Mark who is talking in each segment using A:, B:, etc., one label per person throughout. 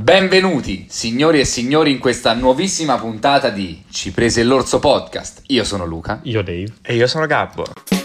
A: Benvenuti, signori e signori, in questa nuovissima puntata di Ci prese l'orso podcast. Io sono Luca.
B: Io Dave.
C: E io sono Gabbo.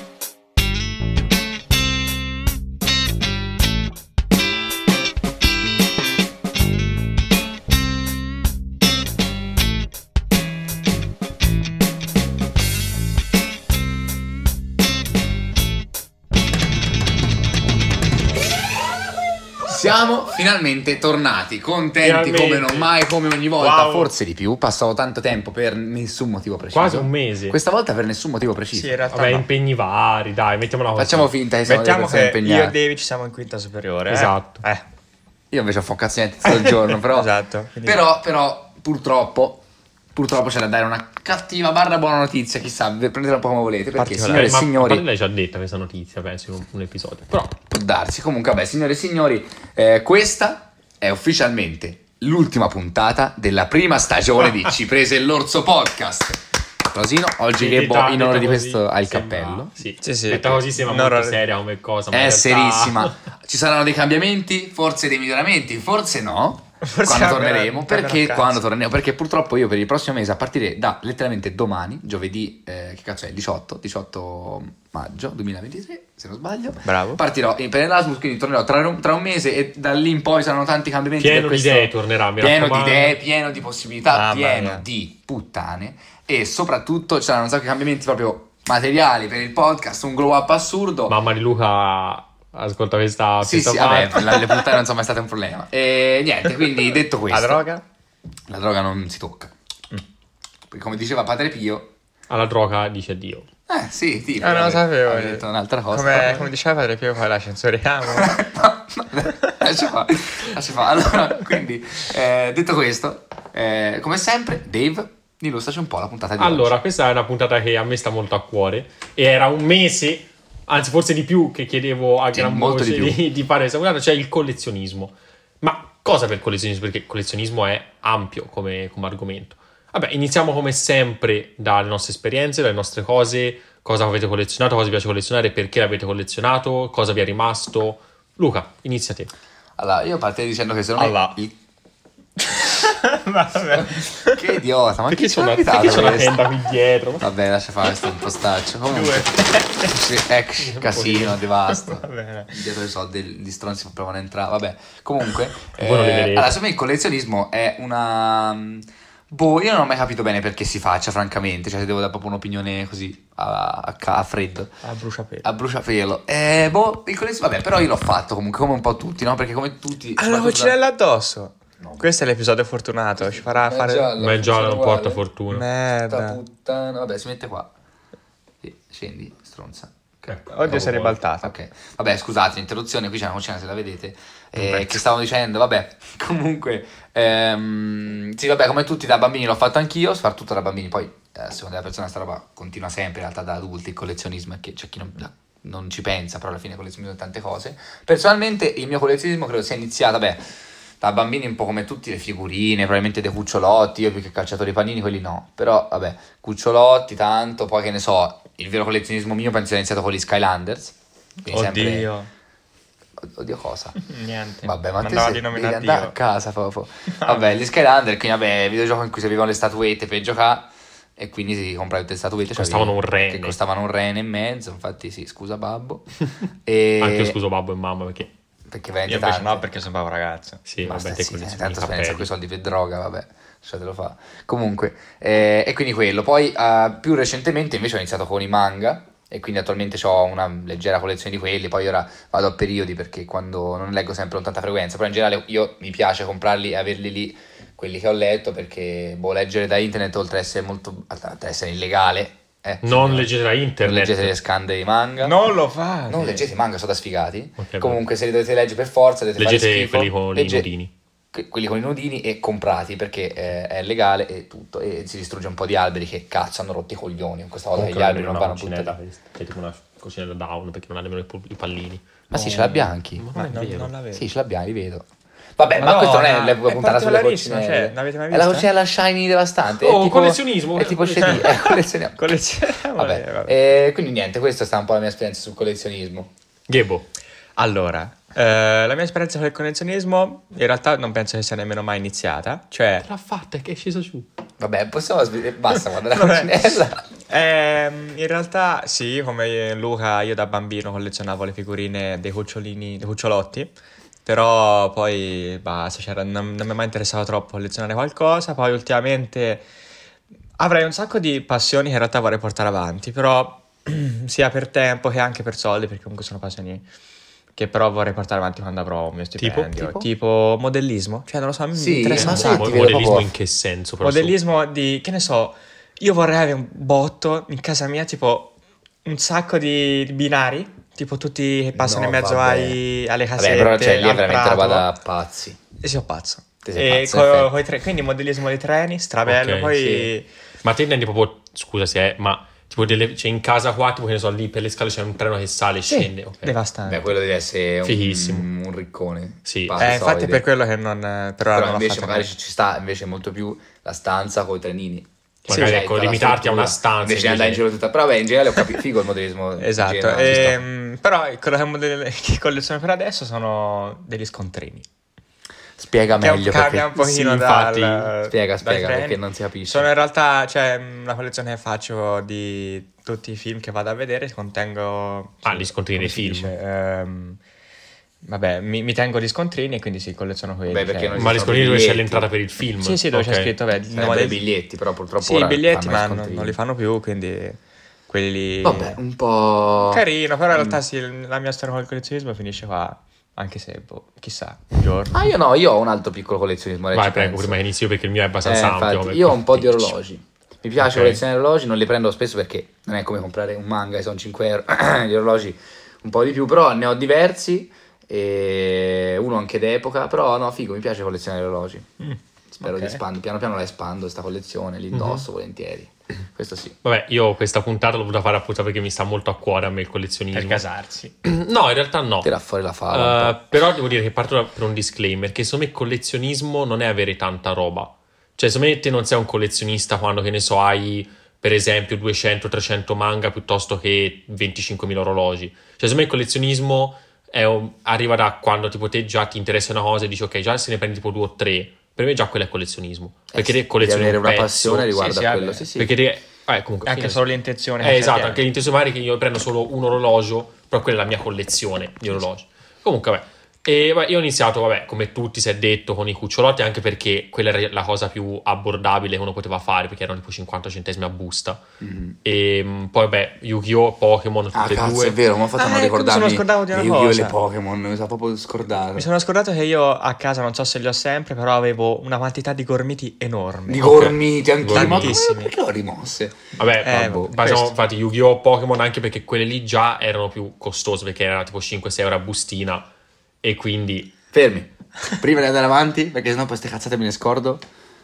A: Siamo finalmente tornati, contenti come non mai, come ogni volta, forse di più. Passavo tanto tempo per nessun motivo preciso.
B: Quasi un mese.
A: Questa volta per nessun motivo preciso.
C: Sì, in realtà
B: Vabbè,
C: no.
B: impegni vari, dai, mettiamola così.
A: Facciamo finta che siamo delle
C: Mettiamo
A: persone
C: che io
A: impegnate.
C: e David ci siamo in quinta superiore.
B: Esatto.
A: Io invece ho fatto niente tutto il giorno, però,
C: Esatto, quindi-
A: però purtroppo c'è da dare una cattiva barra buona notizia. Chissà, prendetela un po' come volete, perché
C: Particolare.
A: signore e signori,
B: Ma lei ci ha detto questa notizia, penso, in un episodio. Però
A: può darsi. Comunque, vabbè, signore e signori, questa è ufficialmente l'ultima puntata della prima stagione di Ci prese l'orso podcast. Rosino, oggi Gabbo in onore di questo ha il cappello.
B: Sì,
C: Sì.
B: Detta così sembra molto seria come cosa. ma in
A: È
B: realtà-
A: serissima. Ci saranno dei cambiamenti, forse dei miglioramenti, forse no.
C: Forse
A: Quando
C: cambierà,
A: torneremo, perché purtroppo io per il prossimo mese, a partire da letteralmente domani, giovedì, che cazzo è, 18 maggio 2023, se non sbaglio,
C: Bravo.
A: partirò per Erasmus, quindi tornerò tra un mese e da lì in poi saranno tanti cambiamenti.
B: Pieno
A: per
B: di
A: questo,
B: idee tornerà, mi
A: pieno di
B: raccomando.
A: idee, pieno di possibilità,
C: Mamma
A: pieno
C: mia.
A: di puttane, e soprattutto ci saranno un sacco di cambiamenti proprio materiali per il podcast, un glow up assurdo.
B: Mamma di Luca ascolta questa
A: Sì,
B: parte.
A: vabbè, le puttane non sono mai state un problema. E niente, quindi detto questo,
C: La droga?
A: la droga non si tocca. Perché come diceva Padre Pio,
B: Alla droga dice Dio.
A: sì, tipo,
C: Non lo sapevo.
A: avevo detto un'altra cosa.
C: Come diceva Padre Pio, poi la censuriamo.
A: Lascia fa. Allora, quindi, detto questo, come sempre, Dave, illustraci un po' la puntata di
B: Allora,
A: oggi.
B: questa è una puntata che a me sta molto a cuore. E era un mese, anzi forse di più, che chiedevo a
A: Sì,
B: gran
A: molto
B: voce
A: di più.
B: di fare questa puntata, cioè il collezionismo. Ma cosa per collezionismo? Perché il collezionismo è ampio come argomento. Vabbè, iniziamo come sempre dalle nostre esperienze, dalle nostre cose, cosa avete collezionato, cosa vi piace collezionare, perché l'avete collezionato, cosa vi è rimasto. Luca, inizia te.
A: Allora, io partirei dicendo che secondo me
C: Allora. Vabbè.
A: Che idiota, ma
B: Perché
A: chi
B: c'è una
A: invitato
B: tenda
A: questo?
B: qui dietro?
A: Vabbè, lascia fare sto impostaccio. Comunque, casino, devasto.
C: Va bene.
A: Dietro i soldi gli stronzi provano a entrare. Vabbè, comunque,
B: Voi non li vedete.
A: allora, secondo me il collezionismo è una. Boh, io non ho mai capito bene perché si faccia, francamente. Cioè, se devo dare proprio un'opinione così a freddo,
C: A bruciapelo.
A: a bruciapelo. Boh, il collezionismo. Vabbè, però io l'ho fatto comunque, come un po' tutti, no? Perché come tutti.
C: Ha la
A: soprattutto
C: coccinella addosso.
A: No.
C: Questo è l'episodio fortunato. Ci farà
A: Ma
C: fare.
A: giallo,
B: Ma il giallo non
A: funziona
B: porta
A: uguale.
B: fortuna.
A: Sta
C: Merda.
A: puttana. Vabbè, si mette qua. Sì, scendi, stronza.
C: Oddio, si è ribaltata.
A: Ok, vabbè, scusate l'interruzione, qui c'è una cucina se la vedete.
C: Perfetto.
A: Che stavo dicendo, vabbè, comunque, sì, vabbè, come tutti da bambini l'ho fatto anch'io, soprattutto da bambini, poi a seconda della persona sta roba continua sempre, in realtà da adulti il collezionismo, è che c'è chi non ci pensa, però alla fine collezionismo tante cose. Personalmente il mio collezionismo credo sia iniziato, vabbè, da bambini un po' come tutti, le figurine, probabilmente dei cucciolotti, io più che calciatori panini, quelli no, però vabbè, cucciolotti tanto, poi che ne so, il vero collezionismo mio penso sia iniziato con gli Skylanders. Quindi
C: Oddio.
A: Oddio cosa?
C: Niente.
A: Vabbè, ma te
C: Mandava
A: devi
C: di nominare
A: andare a
C: Dio.
A: casa proprio. Vabbè, gli Skylander, quindi vabbè, videogioco in cui servivano le statuette per giocare e quindi si comprava tutte le statuette.
B: Costavano
A: c'avevi-
B: un rene.
A: Che costavano un rene e mezzo, infatti sì, scusa babbo. E...
B: Anche io scuso babbo e mamma perché
A: Perché
C: Io
A: veramente
C: invece
A: tante.
C: no, perché sono bravo ragazzo.
B: sì,
A: Ma
B: vabbè,
A: stai
B: te
A: zitto,
B: collezioni
A: tanto
B: i
A: spensa
B: cappelli.
A: quei soldi per droga, vabbè, lasciatelo fa. Comunque, e quindi quello. Poi più recentemente invece ho iniziato con i manga e quindi attualmente ho una leggera collezione di quelli, poi ora vado a periodi perché quando non leggo sempre con tanta frequenza, però in generale io mi piace comprarli e averli lì, quelli che ho letto, perché leggere da internet oltre ad essere oltre ad essere illegale,
B: Non leggete da
A: non
B: internet.
A: leggete le scande di manga.
C: Non lo fate.
A: Non leggete i manga, sono da sfigati.
B: Ok,
A: Comunque, se li dovete leggere per forza, dovete fare
B: Leggete
A: schifo.
B: quelli con i nudini.
A: Quelli con i nudini e comprati perché è legale e tutto. E si distrugge un po' di alberi che cazzo hanno rotto i coglioni. Con questa cosa che gli alberi non vanno buttati.
B: È tipo una cucinella down perché non ha nemmeno i pallini.
A: Ma sì, ce l'abbiamo anche.
B: Ma non è vero.
C: non la vedo.
A: Sì, ce l'abbiamo, li vedo. Vabbè, ma
C: Madonna,
A: questa non è la
C: è
A: puntata sulle
C: particolarissima,
A: coccinelle.
C: cioè, l'avete mai
A: È la
C: vista?
A: coccinella shiny devastante.
B: Oh,
A: è tipo,
B: collezionismo.
A: È tipo CD, collezioniamo.
C: Collezioniamo.
A: Vabbè. Quindi niente, questa è stata un po' la mia esperienza sul collezionismo.
B: Gebo.
C: Allora, La mia esperienza con il collezionismo in realtà non penso che sia nemmeno mai iniziata. Cioè,
B: L'ha fatta, è che è sceso giù.
A: Vabbè, basta guardare la
C: Vabbè.
A: cucinella.
C: In realtà sì, come Luca, io da bambino collezionavo le figurine dei cucciolini, dei cucciolotti, però poi basta, non mi è mai interessato troppo collezionare qualcosa, poi ultimamente avrei un sacco di passioni che in realtà vorrei portare avanti, però sia per tempo che anche per soldi, perché comunque sono passioni che però vorrei portare avanti quando avrò un mio stipendio. Tipo modellismo, cioè non lo so, mi
A: Sì,
C: interessa
A: ma
C: un
A: sì,
C: sacco.
A: ti vedo
B: Modellismo
A: proprio-
B: in che senso? Però
C: Modellismo di, che ne so, io vorrei avere un botto in casa mia, tipo un sacco di binari, tipo tutti che passano
A: No,
C: in mezzo
A: vabbè.
C: alle casette,
A: Vabbè, però cioè, lì è
C: al
A: veramente
C: prato.
A: roba da pazzi.
C: E sono pazzo.
A: Te sei
C: E
A: pazzo, in effetti.
C: quindi modellismo di treni, strabello,
B: Ok,
C: poi...
A: sì.
B: Ma te intendi proprio, scusa se è, ma tipo c'è in casa qua, tipo che ne so, lì per le scale c'è un treno che sale e
C: Sì,
B: scende. Ok.
C: devastante.
A: Beh, quello deve essere
B: Fighissimo.
A: un riccone.
B: Sì.
A: Pazzo,
C: Infatti
A: solide.
C: per quello che non... Per ora
A: Però
C: non l'ho
A: invece
C: fatto
A: magari
C: mai.
A: ci sta invece molto più la stanza con i trenini.
B: Magari,
A: Sì,
B: ecco,
A: tutta la
B: limitarti a una
A: struttura,
B: stanza,
A: invece di andare in giro tutta. Però vabbè, in generale ho capito figo il modellismo. in
C: Esatto,
A: generale, ci sta.
C: però quello che colleziono per adesso sono degli scontrini.
A: Spiega
C: Che
A: meglio
C: cambia un
A: perché.
C: pochino
B: sì, infatti.
A: Spiega,
C: dai treni.
A: perché non si capisce.
C: Sono in realtà, cioè, una collezione che faccio di tutti i film che vado a vedere, contengo...
B: Gli scontrini
C: come
B: dei
C: si
B: film.
C: dice? Vabbè, mi tengo gli scontrini e quindi sì, colleziono quelli.
A: Beh, perché
C: cioè.
A: non
B: Ma
A: ci
B: le
A: sono
B: scoprire dove c'è
A: biglietti.
B: l'entrata per il film.
C: Sì, dove c'è
B: Ok.
C: scritto, beh,
A: Sarebbero i biglietti, però purtroppo
C: Sì,
A: ora
C: i biglietti,
A: fanno i
C: ma
A: scontrini.
C: non li fanno più, quindi quelli lì...
A: Vabbè, un po'.
C: Carino, però in realtà sì, la mia storia con il collezionismo finisce qua, anche se, boh, chissà, un giorno.
A: Ah, io no, io ho un altro piccolo collezionismo. ora
B: Vai,
A: ci
B: prego,
A: penso.
B: prima che inizi io perché il mio è abbastanza ampio.
A: Infatti,
B: come-
A: io ho un po' di orologi. Mi piace
B: Ok.
A: collezionare orologi, non li prendo spesso perché non è come comprare un manga e sono 5 euro. Gli orologi un po' di più, però ne ho diversi. E uno anche d'epoca, però no, figo, mi piace collezionare orologi. Spero
C: ok.
A: di espandere, piano piano la espando questa collezione, li indosso volentieri. Questo sì.
B: Vabbè, io questa puntata l'ho voluta fare appunto perché mi sta molto a cuore a me il collezionismo.
C: Per casarsi.
B: No, in realtà no.
A: Tira fuori la fava. un po'.
B: Però devo dire che parto per un disclaimer, che secondo me collezionismo non è avere tanta roba. Cioè, secondo me te non sei un collezionista quando, che ne so, hai per esempio 200-300 manga piuttosto che 25.000 orologi. Cioè, secondo me il collezionismo arriva da quando tipo te già ti interessa una cosa e dici ok, già se ne prendi tipo 2 o 3. Per me già quello è collezionismo. Perché te
A: Di
B: collezioni
A: avere
B: un
A: una
B: pezzo.
A: passione riguardo
C: sì,
A: a
C: vabbè.
A: quello. Sì, sì.
B: Perché te... comunque,
C: Anche
B: fine-
C: solo l'intenzione. che
B: esatto,
C: c'è
B: anche l'intenzione magari che io prendo solo un orologio, però quella è la mia collezione di orologi. Comunque, vabbè. E io ho iniziato, vabbè, come tutti si è detto, con i cucciolotti, anche perché quella era la cosa più abbordabile che uno poteva fare, perché erano tipo 50 centesimi a busta. E poi, vabbè, Yu-Gi-Oh!, Pokémon, tutte
A: Ah,
B: e
A: cazzo,
B: due.
A: è vero, ma fatto non
C: ecco, mi
A: ricordarmi
C: sono scordato di una
A: le Yu-Gi-Oh! E
C: cosa.
A: le Pokémon, mi sono proprio scordato.
C: Mi sono scordato che io a casa, non so se li ho sempre, però avevo una quantità di gormiti enorme.
A: Di gormiti, anch'io, ma
C: Tantissimi.
A: perché l'ho rimosse?
B: Vabbè,
C: boh,
B: facciamo
C: questo.
B: infatti Yu-Gi-Oh! Pokémon anche perché quelle lì già erano più costose, perché era tipo 5-6 euro a bustina, e quindi...
A: Fermi, prima di andare avanti, perché sennò poi queste cazzate me ne scordo.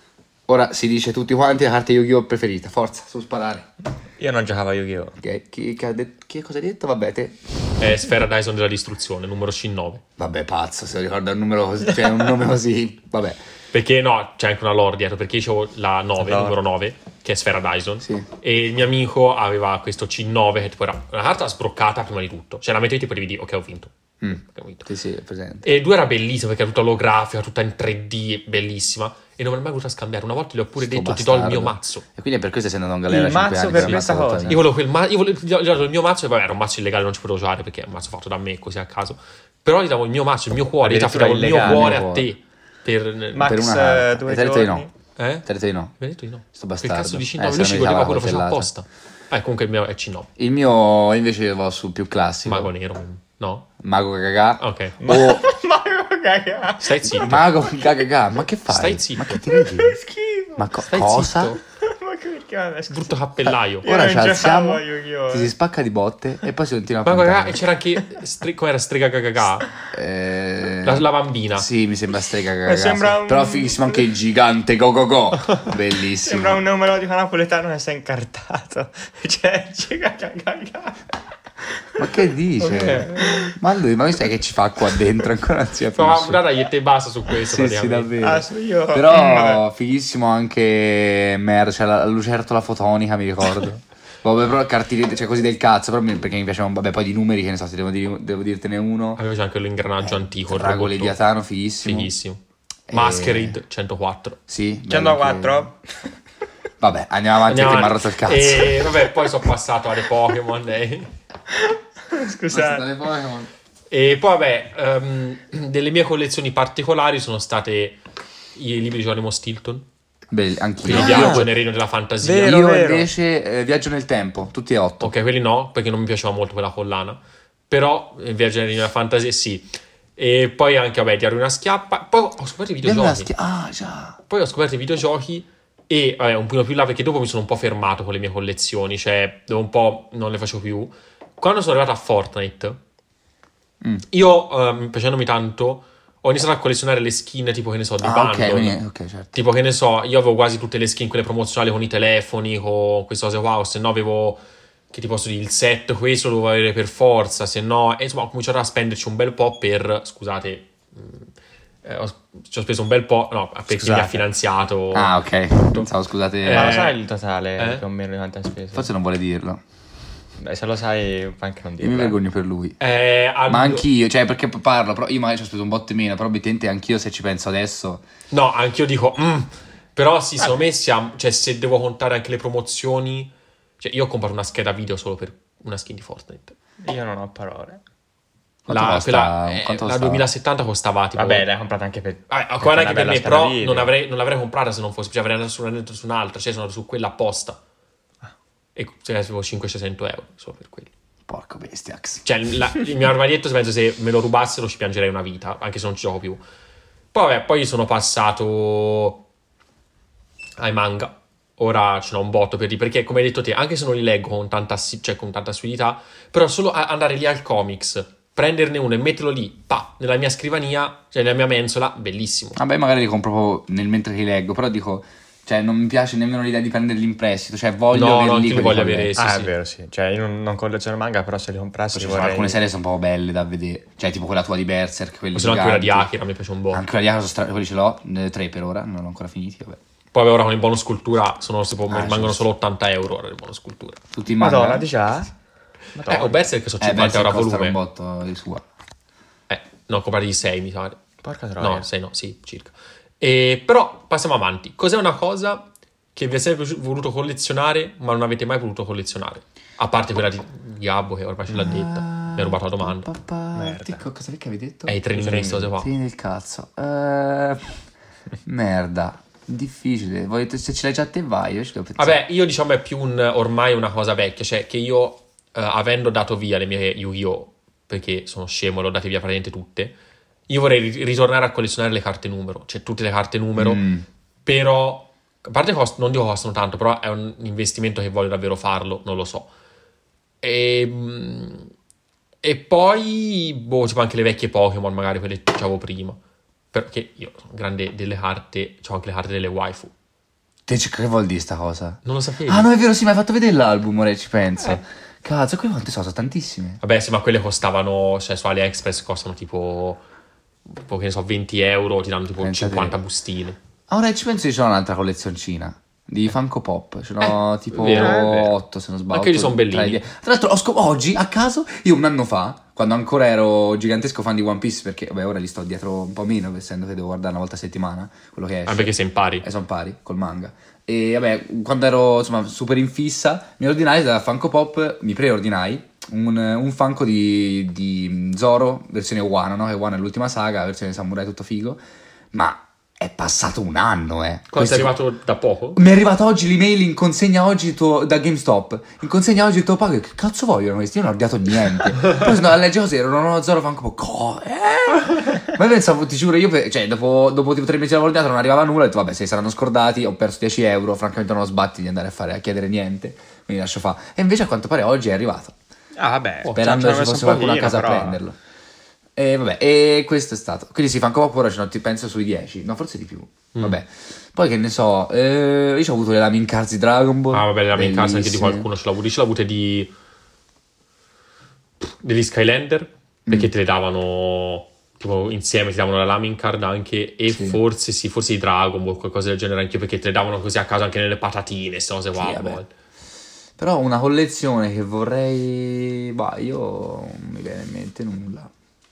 A: Ora si dice tutti quanti la carta Yu-Gi-Oh! Preferita, forza, su sparare.
C: Io non giocavo a Yu-Gi-Oh!
A: Ok, chi cosa hai detto? Vabbè, te.
B: È Sfera Dyson della distruzione, numero C9.
A: Vabbè, pazzo, se lo ricorda un numero così, cioè un nome così, vabbè.
B: Perché no, c'è anche una lore dietro, perché io avevo la 9,
C: No.
B: numero 9, che è Sfera Dyson,
A: Sì.
B: e il mio amico aveva questo C9, che tipo era una carta sbroccata prima di tutto. Cioè la mettevi tipo e vedi, ok, ho vinto. Ok, ho vinto.
A: Sì, sì, è presente.
B: E 2 era bellissima, perché era tutta olografica, tutta in 3D, bellissima, e non me l'ho mai voluta scambiare. Una volta gli ho pure
A: Sto
B: detto, ti do il
A: bastardo.
B: mio mazzo.
A: E quindi è per questo sei andato in galera
C: Il
A: 5
C: mazzo
A: anni
C: per
A: una
C: questa
A: volta
C: cosa.
A: mia.
B: Io volevo quel mazzo, gli ho dato il mio mazzo, e vabbè, era un mazzo illegale, non ci potevo giocare, perché è un mazzo fatto da me, così a caso. Però gli davo il mio mazzo, il mio cuore, io ti
C: Addirittura
B: affidavo il mio
C: illegale,
B: cuore
A: il
B: a te. Per...
C: Max,
A: Per una carta.
C: 2
A: E te ne detto di no.
C: giorni.
A: Te ne detto di no.
B: Mi ha detto di no.
A: Sto
B: Che
A: bastardo.
B: cazzo di
A: Se
B: C9?
A: la
B: Lui ci
A: meritava
B: godeva, quello faceva
A: coltellata.
B: apposta. Comunque il mio è C9.
A: Il mio invece va sul più classico.
B: Mago nero. No?
A: Mago Gagà.
B: Ok.
C: Ma
A: O
C: ma cagà.
B: Stai zitto.
A: Mago Gagà. Ma che fai?
B: Stai zitto.
A: Ma che ti vedi?
C: Schifo.
A: Ma
B: Stai
A: cosa?
B: zitto.
C: Ma perché vabbè, scusa.
B: Brutto cappellaio.
C: Io
A: Ora
C: non
A: ci
C: giocavo
A: alziamo,
C: a Yu-Gi-Oh!
A: ti si spacca di botte e poi si continua a
B: Ma guarda,
A: puntare.
B: e c'era anche com'era Strega Gagaga? La bambina.
A: Sì, mi sembra Strega Gagà.
C: sembra un-
A: Però fighissimo anche il gigante Go Go Go. Bellissimo.
C: Sembra un melodico napoletano che si è incartato. Cioè, cagà.
A: Ma che dice? Ma lui, ma sai che ci fa qua dentro? Ancora non si
B: Ma
A: capisce.
B: guarda, io te basta su questo.
A: Sì, sì,
B: praticamente.
A: davvero.
C: Ah, so io.
A: Però fighissimo anche cioè la lucertola fotonica, mi ricordo. Vabbè, però cartine, cioè così del cazzo, però perché mi piacevano, vabbè, poi di numeri, che ne so, se devo dirtene uno.
B: Aveva anche l'ingranaggio antico, il
A: Drago
B: robot.
A: Leviatano, fighissimo.
B: Fighissimo. Masquerade 104.
A: Sì.
C: 104?
A: Vabbè, andiamo avanti perché mi ha rotto il cazzo.
B: E vabbè, poi sono passato alle Pokémon.
C: Scusate.
A: Dalle Pokémon.
B: E poi vabbè, delle mie collezioni particolari sono state i libri di Geronimo Stilton.
A: Anch'io.
B: Quindi Viaggio nel regno della fantasia.
C: Vero,
A: Io
C: vero.
A: invece Viaggio nel tempo, tutti e 8.
B: Ok, quelli no, perché non mi piaceva molto quella collana. Però Viaggio nel regno della fantasia sì. E poi anche, vabbè, Diario di una schiappa. Poi ho scoperto i videogiochi.
A: Già.
B: Poi ho scoperto i videogiochi e vabbè, un po' più là perché dopo mi sono un po' fermato con le mie collezioni, cioè dopo un po' non le facevo più. Quando sono arrivato a Fortnite, io piacendomi tanto ho iniziato a collezionare le skin tipo, che ne so, di bundle.
A: Ok, certo.
B: Tipo, che ne so, io avevo quasi tutte le skin, quelle promozionali con i telefoni, con queste cose qua, o se no avevo, che ti posso dire, il set, questo lo dovevo avere per forza, se no, e insomma ho cominciato a spenderci un bel po' per, scusate, ci ho speso un bel po', no, perché mi ha finanziato.
A: Ah, ok, pensavo, scusate.
C: Ma lo sai il totale
B: Eh?
C: più o meno di quanto hai speso?
A: Forse non vuole dirlo.
C: Beh, se lo sai, puoi anche non
A: Io mi
C: dirlo.
A: vergogno per lui.
B: Ma
A: Ma anch'io, cioè, perché parlo, però io magari ci ho speso un botto meno, però obiettivamente anch'io, se ci penso adesso.
B: No, anch'io dico, però sì, secondo me cioè, se devo contare anche le promozioni, cioè io ho comprato una scheda video solo per una skin di Fortnite.
C: Io non ho parole.
A: Quanto
B: La
A: costa?
B: 2070 costava tipo.
C: Vabbè, l'hai comprata anche per...
B: Vabbè,
C: perché
B: anche
C: è una
B: per
C: bella
B: me,
C: scheda
B: però
C: video.
B: non l'avrei comprata se non fosse, cioè avrei andato su un'altra, cioè sono su quella apposta. E cioè, avevo 500-600 euro solo per quello.
A: Porco bestiax.
B: Cioè, il mio armadietto, penso, se me lo rubassero ci piangerei una vita, anche se non ci gioco più. Poi, vabbè, poi sono passato ai manga. Ora ce n'ho un botto per dire, perché come hai detto te, anche se non li leggo con tanta assiduità, però solo andare lì al comics, prenderne uno e metterlo lì, nella mia scrivania, cioè nella mia mensola, bellissimo.
A: Vabbè, magari li compro proprio mentre li leggo, però dico, cioè, non mi piace nemmeno l'idea di prenderli in prestito, cioè voglio
B: No,
A: averli
B: anche io li voglio
A: quelli
B: avere,
A: con me.
B: sì.
C: È vero, sì. Cioè, io non colleziono manga, però se li comprassi
A: Ci sono
C: vorrei...
A: alcune serie sono proprio belle da vedere, cioè tipo quella tua di Berserk, quelli
B: O se no anche quella di
A: giganti.
B: Akira, mi piace un botto.
A: Anche quella di Akira, quelli ce l'ho, 3 per ora, non l'ho ancora finiti, vabbè.
B: Poi ora con il bonus cultura sono, tipo, mi rimangono
A: giusto.
B: solo 80 euro ora il bonus cultura.
A: Tutti in manga.
C: Madonna, di già?
B: Ho Berserk sono 50
A: Berserk
B: euro a
A: costa un
B: volume.
A: botto di sua.
B: No, comprati di 6 mi pare.
C: Porca troia.
B: No, 6 no, sì, circa. Però passiamo avanti. Cos'è una cosa che vi è sempre voluto collezionare ma non avete mai voluto collezionare? A parte quella di Gabbo che ormai ce l'ha detta. Mi ha rubato la domanda.
C: Merda.
A: Cosa che avevi detto?
B: È i trenini, queste cose qua.
A: Tieni del cazzo. Merda. Difficile. Se ce l'hai già te vai. Io ci devo pensare.
B: Vabbè, io diciamo è più ormai una cosa vecchia. Cioè che io, avendo dato via le mie Yu-Gi-Oh! Perché sono scemo, le ho date via praticamente tutte. Io vorrei ritornare a collezionare le carte numero. Cioè tutte le carte numero. Però, a parte non dico costano tanto, però è un investimento che voglio davvero farlo. Non lo so. E poi, tipo anche le vecchie Pokémon, magari quelle che avevo prima. Perché io sono grande delle carte, ho anche le carte delle waifu.
A: Che vuol dire sta cosa?
B: Non lo sapevi?
A: Ah, no, è vero, sì, mi hai fatto vedere l'album, ora ci penso. Cazzo, qui quante sono tantissime.
B: Vabbè, sì, ma quelle costavano, cioè su AliExpress costano tipo che ne so, 20 euro, ti danno tipo
A: Pensate.
B: 50 bustine.
A: Ora ci penso, io c'ho un'altra collezioncina di Funko Pop. Ce n'ho tipo
B: vero.
A: 8, se non sbaglio.
B: Anche lì sono bellini.
A: Tra l'altro, oggi a caso, io un anno fa, quando ancora ero gigantesco fan di One Piece, perché vabbè, ora li sto dietro un po' meno, essendo che devo guardare una volta a settimana quello che esce.
B: Ah, perché sei in pari.
A: Sono pari col manga. E vabbè, quando ero insomma super in fissa, mi ordinai da Funko Pop, mi preordinai un Funko di Zoro, versione Wano, no? Che Wano è l'ultima saga, versione samurai tutto figo. Ma è passato un anno,
B: Quando sei arrivato da poco?
A: Mi è arrivata oggi l'email in consegna oggi da GameStop. In consegna oggi il tuo pago. Che cazzo vogliono questi? Io non ho ordinato niente. Poi sono andato a leggere così, erano Zoro Funko Pop. Ma io pensavo, ti giuro, cioè dopo tipo 3 mesi di ordinato non arrivava nulla. Ho detto vabbè, se li saranno scordati, ho perso 10 euro. Francamente non ho sbatti di andare a chiedere niente. Quindi lascio fa. E invece a quanto pare oggi è arrivato.
C: Ah, vabbè.
A: Sperando ci fosse qualcuno a casa a prenderlo. E vabbè, e questo è stato. Quindi sì, Funko Pop ora ce n'ho, penso, sui 10. No, forse di più. Vabbè. Poi che ne so, io ho avuto le Lamin Cards di Dragon Ball.
B: Ah, vabbè, le Lamin Cards anche di
A: bellissime.
B: qualcuno ce l'ho avuto. Ce l'ho avute degli Skylander, perché te le davano tipo insieme, ti davano la Lamin Card anche, e
A: Sì.
B: forse di Dragon Ball, qualcosa del genere anche io, perché te le davano così a caso anche nelle patatine, queste cose qua.
A: Sì,
B: a
A: vabbè.
B: volte.
A: Però una collezione che vorrei... Bah, io non mi viene in mente nulla.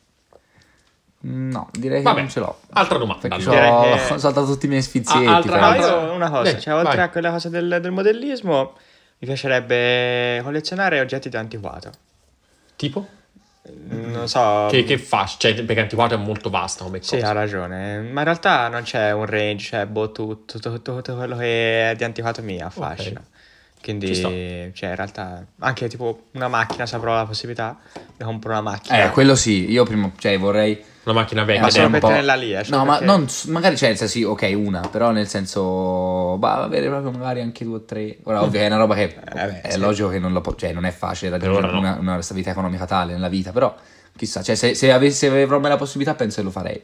A: No, direi che
B: Vabbè,
A: non ce l'ho.
B: altra domanda.
A: Perché
B: allora.
C: Direi che-
A: ho saltato tutti i miei sfizietti.
B: altra-
C: No,
A: penso.
C: io una cosa, cioè oltre
B: vai.
C: a quella cosa del modellismo, mi piacerebbe collezionare oggetti da antiquato.
B: Tipo?
C: Non so.
B: Che fa? Cioè, perché antiquato è molto vasta come
C: Sì,
B: cosa.
C: ha ragione, ma in realtà non c'è un range, cioè tutto quello che è di antiquato mi affascina. Quindi,
B: Ci sta.
C: cioè, in realtà, anche tipo una macchina, se avrò la possibilità, mi compro una macchina.
A: Quello sì, io prima, cioè vorrei...
B: Una macchina vecchia.
C: Ma solo
A: un
C: per
A: po'-
C: tenerla lì, solo
A: No, ma
C: perché-
A: non, magari c'è, nel senso, sì, ok, una, però nel senso, bah, avere proprio magari anche 2 o 3. Ora, ovvio, è una roba che
C: beh,
A: è
C: sì.
A: logico che non lo cioè, non è facile raggiungere
B: ora no.
A: una stabilità economica tale nella vita, però chissà, cioè, se avrò mai la possibilità, penso che lo farei.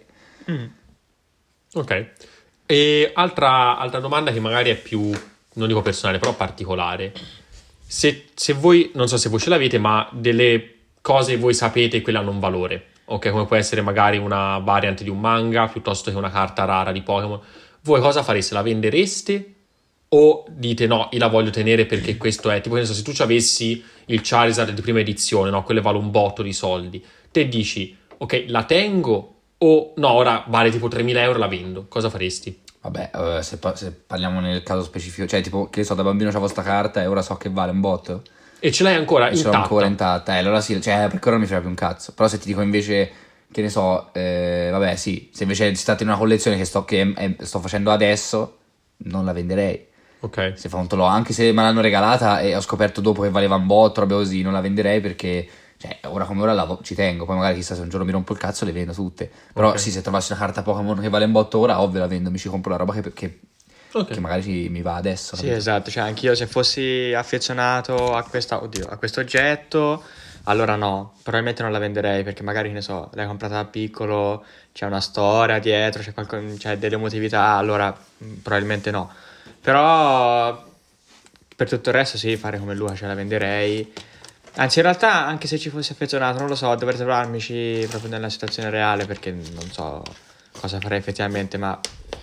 B: Ok. E altra domanda che magari è più, non dico personale, però particolare. Se voi, non so se voi ce l'avete, ma delle cose voi sapete quelle hanno un valore. Ok, come può essere magari una variant di un manga piuttosto che una carta rara di Pokémon. Voi cosa fareste? La vendereste? O dite no, io la voglio tenere perché questo è tipo, che ne so, se tu ci avessi il Charizard di prima edizione, no, quello vale un botto di soldi, te dici ok, la tengo o no, ora vale tipo 3.000 euro, la vendo, cosa faresti?
A: Vabbè, se parliamo nel caso specifico, cioè tipo, che ne so, da bambino c'avevo sta carta e ora so che vale un botto.
B: E ce l'hai ancora
A: E ce l'ho
B: intatta?
A: ancora intatta, allora sì, cioè perché ora non mi frega più un cazzo. Però se ti dico invece, che ne so, vabbè sì, se invece si tratta di una collezione che sto facendo adesso, non la venderei.
B: Ok.
A: Se fa un tolò, anche se me l'hanno regalata e ho scoperto dopo che valeva un botto, roba così, non la venderei perché, cioè, ora come ora ci tengo. Poi magari chissà se un giorno mi rompo il cazzo le vendo tutte. Però
B: Ok.
A: sì, se trovassi una carta Pokémon che vale un botto ora, ovvio la vendo, mi ci compro la roba che
B: Ok.
A: magari mi va adesso.
C: Sì,
A: capito?
C: esatto, cioè anch'io se fossi affezionato a a questo oggetto, allora no, probabilmente non la venderei perché magari, ne so, l'hai comprata da piccolo, c'è una storia dietro, c'è delle emotività, allora probabilmente no. Però per tutto il resto sì, fare come Luca, ce la venderei. Anzi, in realtà, anche se ci fossi affezionato, non lo so, dovrei trovarmici proprio nella situazione reale perché non so cosa farei effettivamente, ma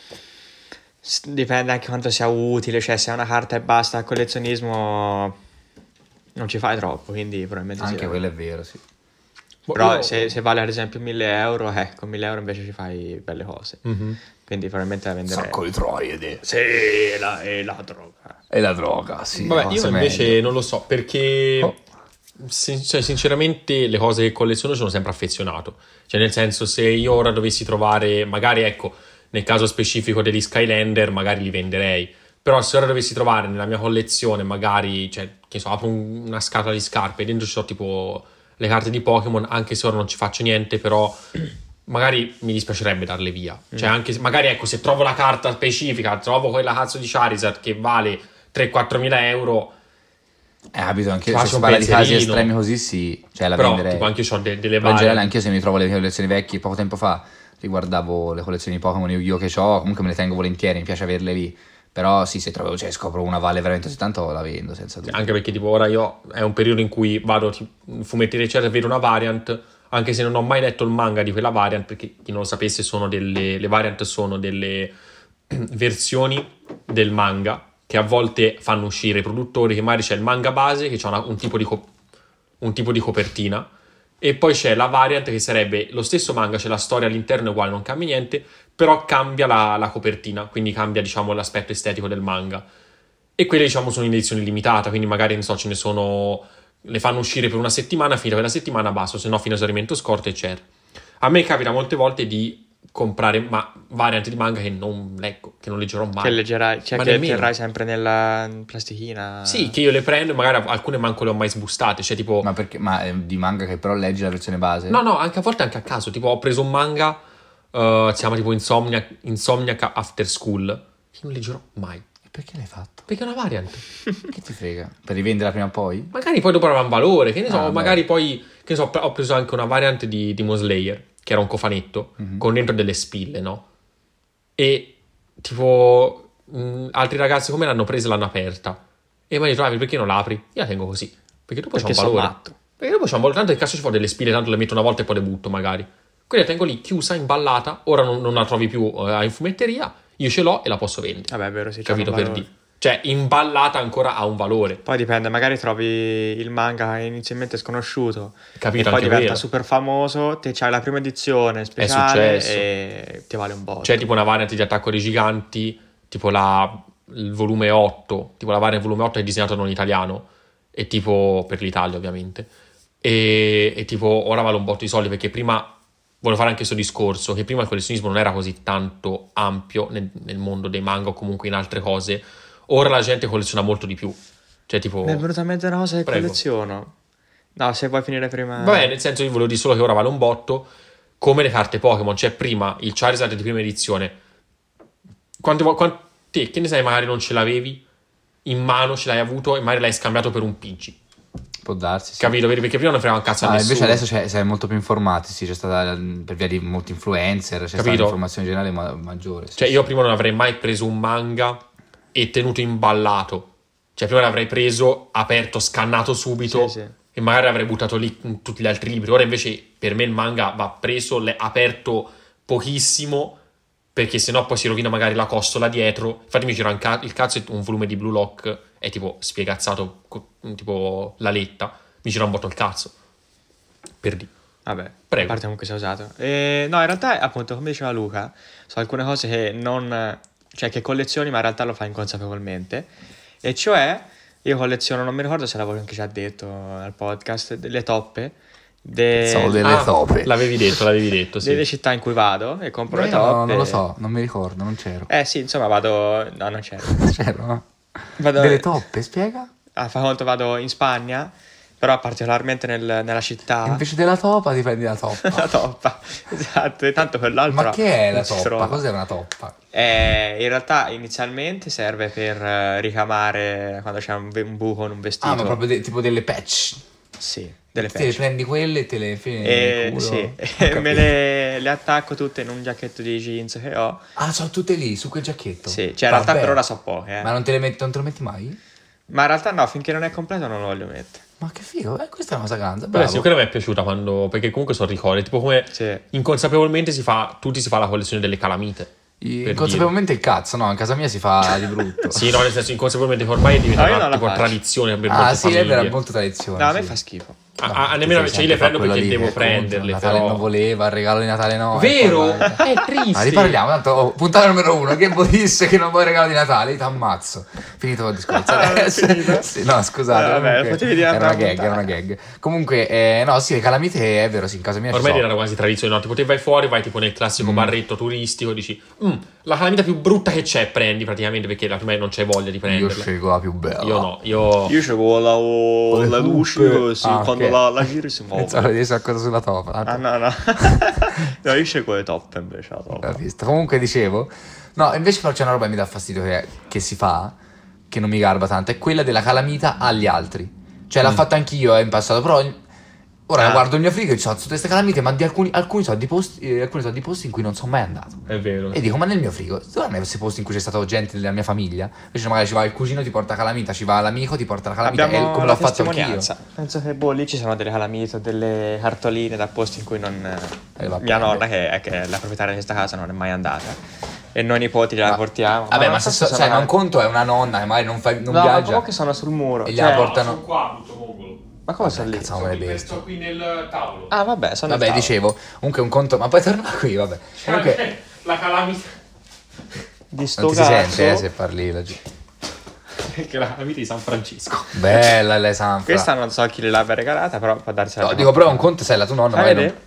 C: dipende anche quanto sia utile, cioè se è una carta e basta al collezionismo non ci fai troppo, quindi probabilmente sì.
A: Anche quello è vero, sì.
C: Però
B: Io-
C: se vale ad esempio 1.000 euro, con 1.000 euro invece ci fai belle cose.
B: Mhm.
C: Quindi probabilmente la venderei.
A: Sacco di troide.
C: Sì, è la droga.
A: E la droga, sì.
B: Vabbè,
A: cose
B: io invece
A: meglio.
B: non lo so, perché
A: Oh.
B: cioè, sinceramente le cose che colleziono sono sempre affezionato. Cioè, nel senso, se io ora dovessi trovare, magari ecco, nel caso specifico degli Skylander, magari li venderei. Però se ora dovessi trovare nella mia collezione, magari, cioè, che so, apro una scatola di scarpe e dentro ci sono tipo le carte di Pokémon, anche se ora non ci faccio niente, però magari mi dispiacerebbe darle via. Cioè, anche se, magari, ecco, se trovo la carta specifica, trovo quella cazzo di Charizard che vale 3-4 mila euro,
A: Capito, anche
B: Faccio
A: se si
B: un
A: parla di casi
B: pensierino.
A: estremi così, sì, cioè la
B: però
A: venderei.
B: tipo anche io ho delle
A: Ma in
B: varie.
A: generale anch'io se mi trovo le collezioni vecchie, poco tempo fa riguardavo le collezioni di Pokémon Yu-Gi-Oh che ho, comunque me le tengo volentieri, mi piace averle lì. Però sì, se trovo, cioè scopro una vale veramente così tanto, la vendo senza dubbio.
B: Anche perché tipo ora io è un periodo in cui vado in fumetteria eccetera, vedo una variant, anche se non ho mai letto il manga di quella variant, perché chi non lo sapesse le variant sono delle versioni del manga che a volte fanno uscire i produttori, che magari c'è il manga base che ha un tipo di copertina e poi c'è la variant che sarebbe lo stesso manga, c'è la storia all'interno uguale, non cambia niente, però cambia la copertina, quindi cambia diciamo l'aspetto estetico del manga. E quelle diciamo sono in edizione limitata, quindi magari ne so, ce ne sono, le fanno uscire per una settimana, finita quella settimana basta, se no fino a esaurimento scorte eccetera. A me capita molte volte di comprare varianti di manga che non leggo, che non leggerò mai.
C: Che leggerai, cioè
B: Ma
C: che
B: nemmeno.
C: terrai sempre nella plastichina.
B: Sì, che io le prendo e magari alcune manco le ho mai sbustate, cioè tipo...
A: Ma perché? Ma di manga che però leggi la versione base?
B: No, anche a volte anche a caso, tipo ho preso un manga, si chiama tipo Insomniac After School, che non leggerò mai,
A: E perché l'hai fatto?
B: perché è una variant.
A: Che ti frega? Per rivenderla prima o poi?
B: Magari poi dopo avrà un valore, che ne so,
A: Ah,
B: magari
A: beh.
B: poi, che ne so, ho preso anche una variant di Demon Slayer, che era un cofanetto, con dentro delle spille, no? E tipo, altri ragazzi come l'hanno presa e l'hanno aperta. E mi hanno detto, perché non l'apri? Io la tengo così, perché dopo c'è
C: Perché
B: un
C: sono
B: valore.
C: matto.
B: Perché dopo c'è un valore, tanto che cazzo ci fa delle spille, tanto le metto una volta e poi le butto magari. Quindi la tengo lì, chiusa, imballata, ora non la trovi più in fumetteria, io ce l'ho e la posso vendere.
C: Vabbè, è vero, sì, c'è
B: Capito
C: un
B: per
C: valore.
B: dire. Cioè, imballata ancora ha un valore.
C: Poi dipende, magari trovi il manga inizialmente sconosciuto
B: Capito,
C: e poi
B: anche
C: diventa
B: quello.
C: super famoso, te c'hai la prima edizione speciale
B: successo.
C: e ti vale un botto.
B: C'è tipo una variant di Attacco dei Giganti, tipo il volume 8, tipo la variant volume 8 è disegnato non in italiano, e tipo per l'Italia ovviamente, e tipo ora vale un botto di soldi, perché prima, volevo fare anche questo discorso, che prima il collezionismo non era così tanto ampio nel mondo dei manga o comunque in altre cose, ora la gente colleziona molto di più, cioè tipo...
C: Mi è venuta in mente una cosa che
B: Prego.
C: colleziono. No, se vuoi finire prima...
B: Vabbè, nel senso, io volevo dire solo che ora vale un botto, come le carte Pokémon. C'è prima il Charizard di prima edizione. Te, che ne sai, magari non ce l'avevi in mano, ce l'hai avuto e magari l'hai scambiato per un Pidgey.
A: Può darsi, sì.
B: Capito? Perché prima non frega un cazzo a nessuno.
A: Invece adesso sei molto più informati, sì, c'è stata per via di molti influencer, c'è stata
B: Capito?
A: un'informazione generale maggiore. Sì,
B: Cioè,
A: sì.
B: io prima non avrei mai preso un manga e tenuto imballato. Cioè, prima l'avrei preso, aperto, scannato subito
C: Sì, sì.
B: e magari l'avrei buttato lì con tutti gli altri libri. Ora invece per me il manga va preso, aperto pochissimo, perché sennò poi si rovina magari la costola dietro. Infatti mi gira il cazzo e un volume di Blue Lock è tipo spiegazzato, tipo la letta. Mi gira un botto il cazzo. Per di.
C: Vabbè,
B: Prego.
C: a parte comunque si è usato. No, in realtà, appunto, come diceva Luca, sono alcune cose che non... Cioè, che collezioni, ma in realtà lo fai inconsapevolmente. E cioè, io colleziono, non mi ricordo se l'avevo anche già detto al podcast, delle toppe.
A: Sono delle toppe.
B: L'avevi detto, sì.
C: Delle città in cui vado e compro le
A: No,
C: toppe.
A: non lo so, non mi ricordo, non c'ero.
C: Sì, insomma, vado... No, non c'ero.
A: C'ero, no?
C: Vado...
A: Delle toppe, spiega?
C: Fa conto, vado in Spagna, però particolarmente nella città...
A: Invece della topa ti prendi la toppa.
C: La toppa, esatto, e tanto quell'altro...
A: Ma che è la
C: non si
A: toppa?
C: trova.
A: Cos'è una toppa?
C: In realtà inizialmente serve per ricamare quando c'è un buco in un vestito.
A: Ah, ma proprio tipo delle patch.
C: Sì, delle
A: Te le
C: patch.
A: prendi quelle e te le fai nel culo.
C: Sì,
A: Ho
C: e
A: capito.
C: me le attacco tutte in un giacchetto di jeans che ho.
A: Ah, sono tutte lì, su quel giacchetto?
C: Sì, cioè in realtà
A: Vabbè.
C: per ora so poche,
A: Ma non te lo metti mai?
C: Ma in realtà no, finché non è completo non lo voglio mettere.
A: Ma che figo, questa è una cosa grande,
B: Beh,
A: bravo.
B: sì, quella mi è piaciuta perché comunque sono ricordi, tipo come
C: Sì.
B: inconsapevolmente tutti si fa la collezione delle calamite. per
A: Inconsapevolmente il cazzo, no? In casa mia si fa di brutto.
B: Sì, no, nel senso inconsapevolmente che ormai è diventata
C: No, io non la
B: tipo
C: faccio.
B: tradizione per
A: Ah,
B: molte
A: sì, è
B: famiglie.
A: vero, è molto tradizione.
C: No, a me
A: sì.
C: fa schifo.
B: Nemmeno cioè, io le prendo perché devo
A: Il
B: prenderle,
A: Natale
B: però...
A: non voleva, il regalo di Natale no.
B: Vero?
A: e poi vai.
B: È triste.
A: Ma riparliamo, tanto puntata numero 1, che disse che non vuoi il regalo di Natale, ti ammazzo. Finito il discorso.
C: Finito?
A: Sì, no, scusate.
C: Vabbè,
A: comunque,
C: potevi dire
A: era una
C: un'altra
A: gag, era una gag. Comunque, no, sì, le calamite è vero, sì, in casa mia
B: Ormai
A: ci
B: era quasi tradizione, no? Tipo te vai fuori, vai tipo nel classico barretto turistico, dici la calamita più brutta che c'è, prendi praticamente, perché ormai non c'è voglia di
A: Io
B: prenderla.
A: scelgo la più bella.
B: Io no, io...
C: Io c'avevo la luce così,
A: Ah,
C: quando
A: ok.
C: la giri si muove.
A: Pensavo di essere cosa sulla topa.
C: Ah, no. No, io scelgo le toppe invece, la toppa.
A: Visto. Comunque dicevo, no, invece però c'è una roba che mi dà fastidio che si fa, che non mi garba tanto, è quella della calamita agli altri. Cioè l'ho fatta anch'io in passato, però ora guardo il mio frigo e ho tutte queste calamite, ma di alcuni sono di posti in cui non sono mai andato.
B: È vero.
A: E dico, ma nel mio frigo, guarda questi posti in cui c'è stato gente della mia famiglia, invece magari ci va il cugino, ti porta calamita, ci va l'amico, ti porta la calamita,
C: Abbiamo
A: e come
C: la
A: l'ho fatto anch'io.
C: testimonianza. Penso che lì ci sono delle calamite o delle cartoline da posti in cui non...
A: vabbè.
C: mia nonna, che è la proprietaria di questa casa, non è mai andata. E noi nipoti gliela portiamo.
A: Vabbè, ma
C: non
A: se
C: so se
A: cioè,
C: sono-
A: un conto è una nonna che magari non
C: No, ma
A: viaggia
C: comunque sono sul muro.
A: e gliela
C: Cioè,
A: portano.
B: Sono qua, tutto mongolo.
C: Ma come sono lì?
A: Cazzo, non me le bestie.
B: Sto qui nel tavolo.
C: Ah, vabbè, sono
A: Vabbè,
C: nel tavolo.
A: dicevo, comunque un conto, ma poi torna qui, vabbè. Comunque
B: La calamita...
C: Di sto
A: non ti si
C: cazzo.
A: sente se parli laggiù.
B: Che la calamita di San Francisco.
A: Bella le Sanfra.
C: Questa non so chi l'abbia regalata, però può darsi
A: No, dico però un conto sei la tua nonna,
C: Fai
A: magari
C: vedere?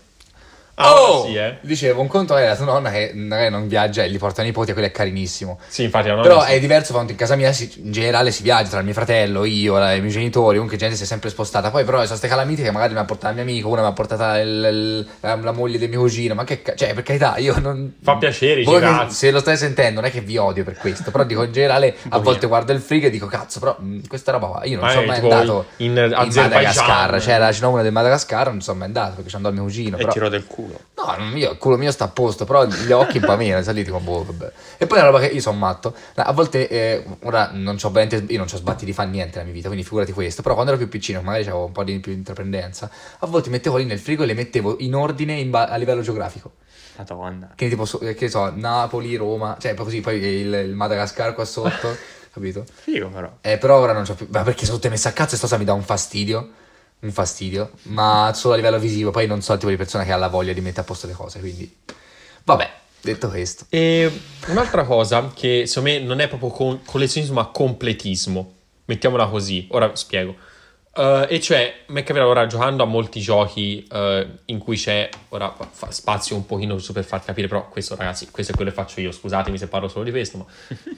A: Oh!
B: Sì,
A: Dicevo, un conto è la tua nonna che magari non viaggia e gli porta i nipoti e quello è carinissimo.
B: Sì, infatti la nonna
A: Però
B: sì.
A: è diverso quando in casa mia in generale si viaggia tra mio fratello, io, i miei genitori, comunque gente si è sempre spostata. Poi però sono queste calamite che magari mi ha portato il mio amico, una mi ha portata la moglie del mio cugino, ma che cioè per carità, io non...
B: Fa piacere,
A: Voi che-
B: girarsi.
A: se lo stai sentendo non è che vi odio per questo, però dico in generale a volte guardo il frigo e dico cazzo, però questa roba qua, io non
B: Ma
A: sono
B: è
A: mai
B: tipo
A: andato
B: in
A: Madagascar,
B: Azerbaijan.
A: c'era una del Madagascar, non sono mai andato perché ci andò il mio cugino,
C: E
A: però...
C: tiro del culo.
A: No, il culo mio sta a posto, però gli occhi un po' meno, saliti come boh, vabbè. E poi una roba che io sono matto. A volte, ora non c'ho veramente, io non c'ho sbatti di fare niente nella mia vita, quindi figurati questo. Però quando ero più piccino, magari avevo un po' di più intraprendenza, a volte mettevo lì nel frigo e le mettevo in ordine a livello geografico.
C: Madonna.
A: Quindi tipo, che so, Napoli, Roma, cioè poi così, poi il Madagascar qua sotto. capito?
C: Figo però.
A: Però ora non c'ho più, ma perché sono tutte messe a cazzo e sta cosa mi dà un fastidio, ma solo a livello visivo, poi non so il tipo di persona che ha la voglia di mettere a posto le cose, quindi vabbè, detto questo.
B: E un'altra cosa che secondo me non è proprio collezionismo ma completismo, mettiamola così, ora spiego. E cioè, mi è capitato ora giocando a molti giochi in cui c'è, ora spazio un pochino giusto per far capire, però questo ragazzi, questo è quello che faccio io, scusatemi se parlo solo di questo, ma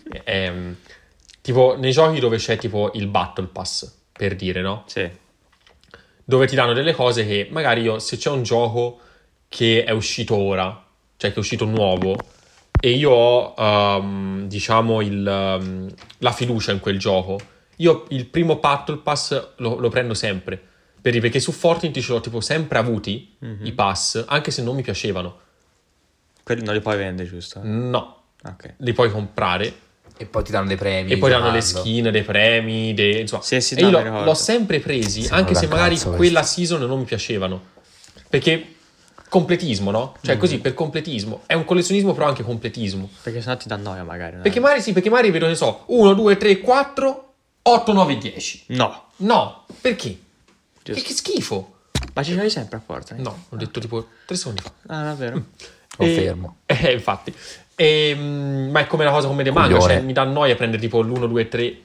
B: tipo nei giochi dove c'è tipo il Battle Pass, per dire, no?
C: Sì.
B: Dove ti danno delle cose che magari io, se c'è un gioco che è uscito ora, cioè che è uscito nuovo, e io ho, diciamo, la fiducia in quel gioco, io il primo Battle Pass lo prendo sempre, perché su Fortnite ce l'ho tipo sempre avuti, i pass, anche se non mi piacevano.
C: Quelli non li puoi vendere, giusto?
B: No,
C: Ok.
B: li puoi comprare.
A: E poi ti danno dei premi.
B: E poi danno le
A: giocando.
B: skin, dei premi, insomma.
C: Sì,
B: E io
C: no, mi ricordo.
B: l'ho sempre presi,
A: Sì,
B: anche
A: non
B: se
A: da
B: magari
A: cazzo
B: quella
A: questi.
B: season non mi piacevano. Perché completismo, no? Cioè così, per completismo. È un collezionismo, però anche completismo.
C: Perché sennò ti dà noia magari. No?
B: Perché magari vedo, ne so, 1, 2, 3, 4, 8, 9, 10.
C: No.
B: No, perché?
C: Giusto.
B: Che schifo.
C: Ma ci c'hai sempre a Fortnite?
B: No, l'ho detto tipo 3 secondi fa.
C: Ah, davvero?
A: Confermo.
B: Infatti. Ma è come la cosa come dei manga,
A: Coglione.
B: cioè mi dà noia prendere tipo l'1, 2, 3.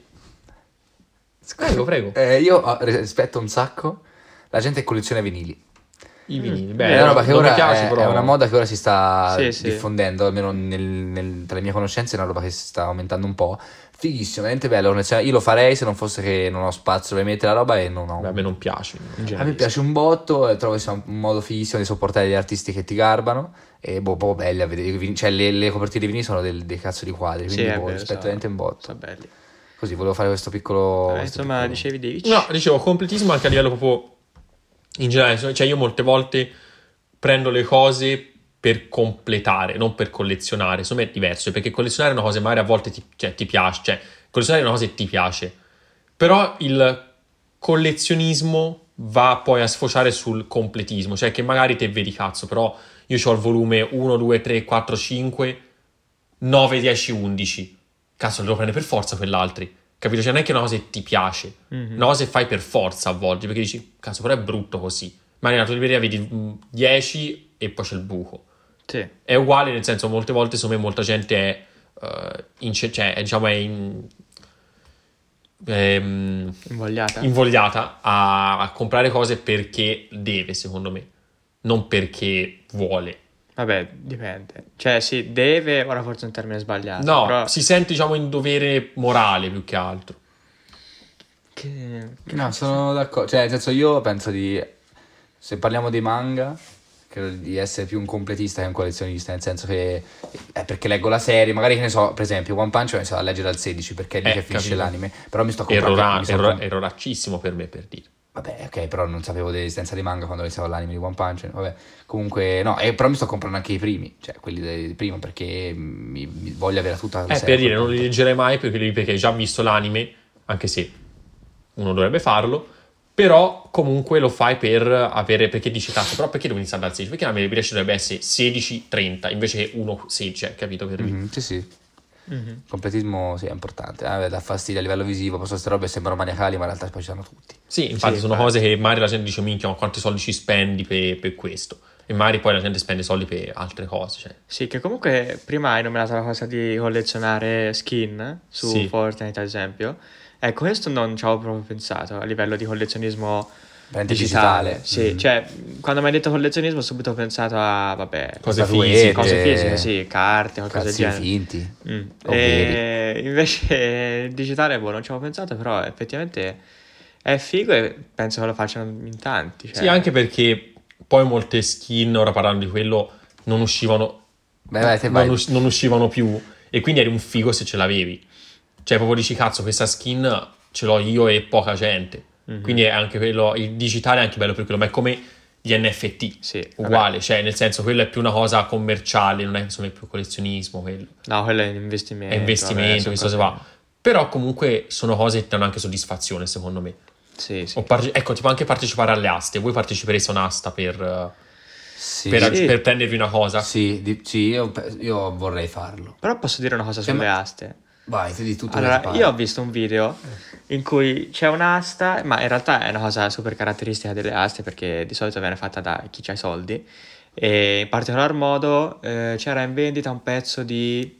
B: Prego.
A: Io rispetto un sacco la gente che colleziona vinili.
B: I vinili.
A: È
B: Beh,
A: una roba che
B: non mi
A: ora
B: piace,
A: è
B: però.
A: una moda che ora si sta
C: Sì.
A: diffondendo, almeno tra le mie conoscenze è una roba che si sta aumentando un po'. Fighissimo, veramente bello. Io lo farei se non fosse che non ho spazio per mettere la roba e non ho.
B: Beh, a me non piace.
A: A me piace un botto e trovo che sia un modo fighissimo di sopportare gli artisti che ti garbano e proprio belli a vedere. Cioè le copertine di vinili sono dei cazzo di quadri, quindi
C: Sì, è vero,
A: rispetto veramente un botto.
C: Sono belli.
A: Così volevo fare questo piccolo.
C: Insomma, dicevi David?
B: No, dicevo, completismo anche a livello proprio in generale. Cioè, io molte volte prendo le cose per completare, non per collezionare. Secondo me è diverso, perché collezionare è una cosa che magari a volte ti piace. Cioè, collezionare è una cosa che ti piace. Però il collezionismo va poi a sfociare sul completismo. Cioè, che magari te vedi cazzo, però io ho il volume 1, 2, 3, 4, 5, 9, 10, 11. Cazzo, lo devo prendere per forza quell'altri. Capito? Cioè, non è che è una cosa che ti piace. Una cosa che fai per forza a volte, perché dici, cazzo, però è brutto così. Ma nella tua libreria vedi 10 e poi c'è il buco.
C: Sì.
B: È uguale, nel senso, molte volte, secondo me, molta gente è
C: Invogliata?
B: invogliata a comprare cose perché deve, secondo me, non perché vuole.
C: Vabbè, dipende. Cioè, sì, deve, ora forse è un termine sbagliato.
B: No,
C: però...
B: si sente, diciamo, in dovere morale più che altro.
A: No, sono d'accordo. Cioè, nel senso, io penso se parliamo dei manga, credo di essere più un completista che un collezionista, nel senso che perché leggo la serie, magari che ne so, per esempio, One Punch Man mi a leggere dal 16 perché è lì che finisce
B: capito.
A: l'anime, però mi sto comprando.
B: Erroraccissimo per me, per dire.
A: Vabbè, ok, però non sapevo dell'esistenza di manga quando iniziavo l'anime di One Punch Man, vabbè. Comunque, no, però mi sto comprando anche i primi, cioè quelli del primo, perché mi voglio avere tutta la serie.
B: Per dire, non li leggerei mai perché hai già visto l'anime, anche se uno dovrebbe farlo, però comunque lo fai per avere, perché dici cazzo, però perché devo iniziare dal 16? Perché la mia riesce dovrebbe essere 16-30 invece che 1-16, capito? Per dire.
A: Sì. Completismo sì è importante, dà fastidio a livello visivo, poi queste robe sembrano maniacali ma in realtà poi ci sono tutti.
B: Sì, infatti sono cose che magari la gente dice minchia, ma quanti soldi ci spendi per questo? E magari poi la gente spende soldi per altre cose, cioè.
C: Sì, che comunque prima hai nominato la cosa di collezionare skin su
B: Sì.
C: Fortnite, ad esempio. Ecco, questo non ci avevo proprio pensato a livello di collezionismo
A: Veramente
C: digitale.
A: digitale.
C: Sì, cioè, quando mi hai detto collezionismo ho subito pensato a, vabbè,
B: Cose
A: Statuette,
B: fisiche.
C: cose fisiche, sì, carte, qualcosa del
A: Cazzi
C: genere.
A: finti. o
C: E invece il digitale, non ci avevo pensato, però effettivamente è figo e penso che lo facciano in tanti. Cioè.
B: Sì, anche perché poi molte skin, ora parlando di quello, non uscivano,
A: Vai, te vai.
B: non uscivano più, e quindi eri un figo se ce l'avevi. Cioè proprio dici cazzo, questa skin ce l'ho io e poca gente. Quindi è anche quello, il digitale è anche bello per quello, ma è come gli NFT,
C: Sì,
B: uguale, cioè nel senso quello è più una cosa commerciale, non è insomma più collezionismo quello.
C: No, quello è un investimento.
B: È investimento, questo se va. Però comunque sono cose che danno anche soddisfazione, secondo me.
C: Sì.
B: Ecco, tipo anche partecipare alle aste. Voi partecipereste a un'asta per
A: Sì,
B: prendervi una cosa?
A: sì, io vorrei farlo.
C: Però posso dire una cosa sulle aste.
A: Vai, ti di tutto.
C: Allora, io ho visto un video in cui c'è un'asta, ma in realtà è una cosa super caratteristica delle aste perché di solito viene fatta da chi ha i soldi. E in particolar modo c'era in vendita un pezzo di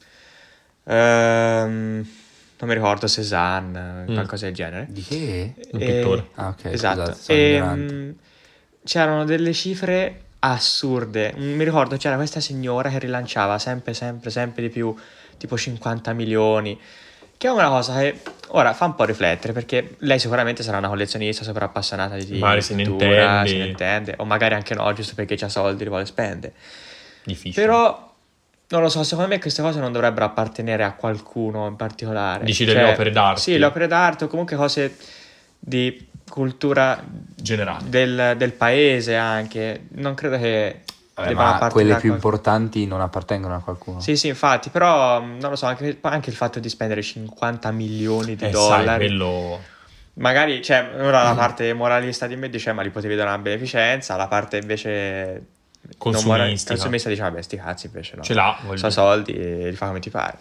C: non mi ricordo, Cézanne, qualcosa del genere.
A: Di che?
B: Un pittore.
A: Ah, ok.
C: Esatto.
A: Scusate, sono ignorante.
C: C'erano delle cifre assurde. Mi ricordo c'era questa signora che rilanciava sempre di più, tipo 50 milioni, che è una cosa che ora fa un po' riflettere, perché lei sicuramente sarà una collezionista super appassionata di
B: Magari se ne
C: pittura, se ne
B: intende.
C: intende, o magari anche no, giusto perché c'ha soldi, li vuole spendere.
B: Difficile.
C: Però non lo so, secondo me queste cose non dovrebbero appartenere a qualcuno in particolare.
B: Dici delle opere d'arte?
C: Sì, le opere d'arte o comunque cose di cultura
B: generale.
C: del paese anche. Non credo che
A: Vabbè,
C: debbano
A: ma
C: appartenere
A: quelle
C: a
A: più
C: qualcuno.
A: importanti non appartengono a qualcuno.
C: Sì, infatti, però non lo so, anche il fatto di spendere 50 milioni di
B: Sai,
C: dollari.
B: quello...
C: Magari, cioè, ora la parte moralista di me dice ma li potevi dare una beneficenza, la parte invece consumista dice vabbè sti cazzi invece no,
B: Ce l'ha, voglio
C: so
B: dire.
C: soldi e li fa come ti pare.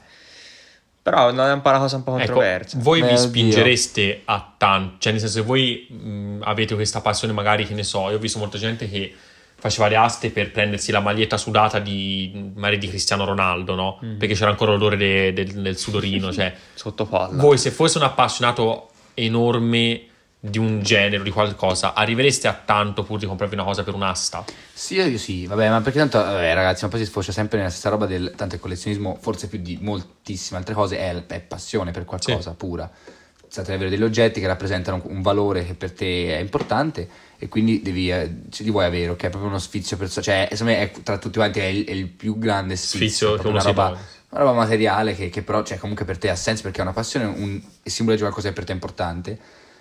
C: Però non è un po' una cosa un po' controversa.
B: Ecco, voi
A: Beh,
B: vi
A: oddio.
B: spingereste a tanto, cioè nel senso, se voi avete questa passione, magari, che ne so, io ho visto molta gente che faceva le aste per prendersi la maglietta sudata magari di Cristiano Ronaldo, no? Perché c'era ancora l'odore del sudorino, cioè
C: Sotto palla.
B: voi, se fosse un appassionato enorme di un genere, di qualcosa, arrivereste a tanto pur di comprarvi una cosa per un'asta?
A: Sì, io sì, vabbè, ma perché tanto, vabbè, ragazzi, ma poi si sfocia sempre nella stessa roba tanto il collezionismo, forse più di moltissime altre cose, è passione per qualcosa pura. State avere degli oggetti che rappresentano un valore che per te è importante e quindi ce li vuoi avere, ok? È proprio uno sfizio cioè, secondo me tra tutti quanti è il più grande sfizio,
B: che
A: proprio
B: uno si toglie.
A: una roba materiale che però, cioè, comunque per te ha senso perché è una passione e simboleggia qualcosa che per te è importante.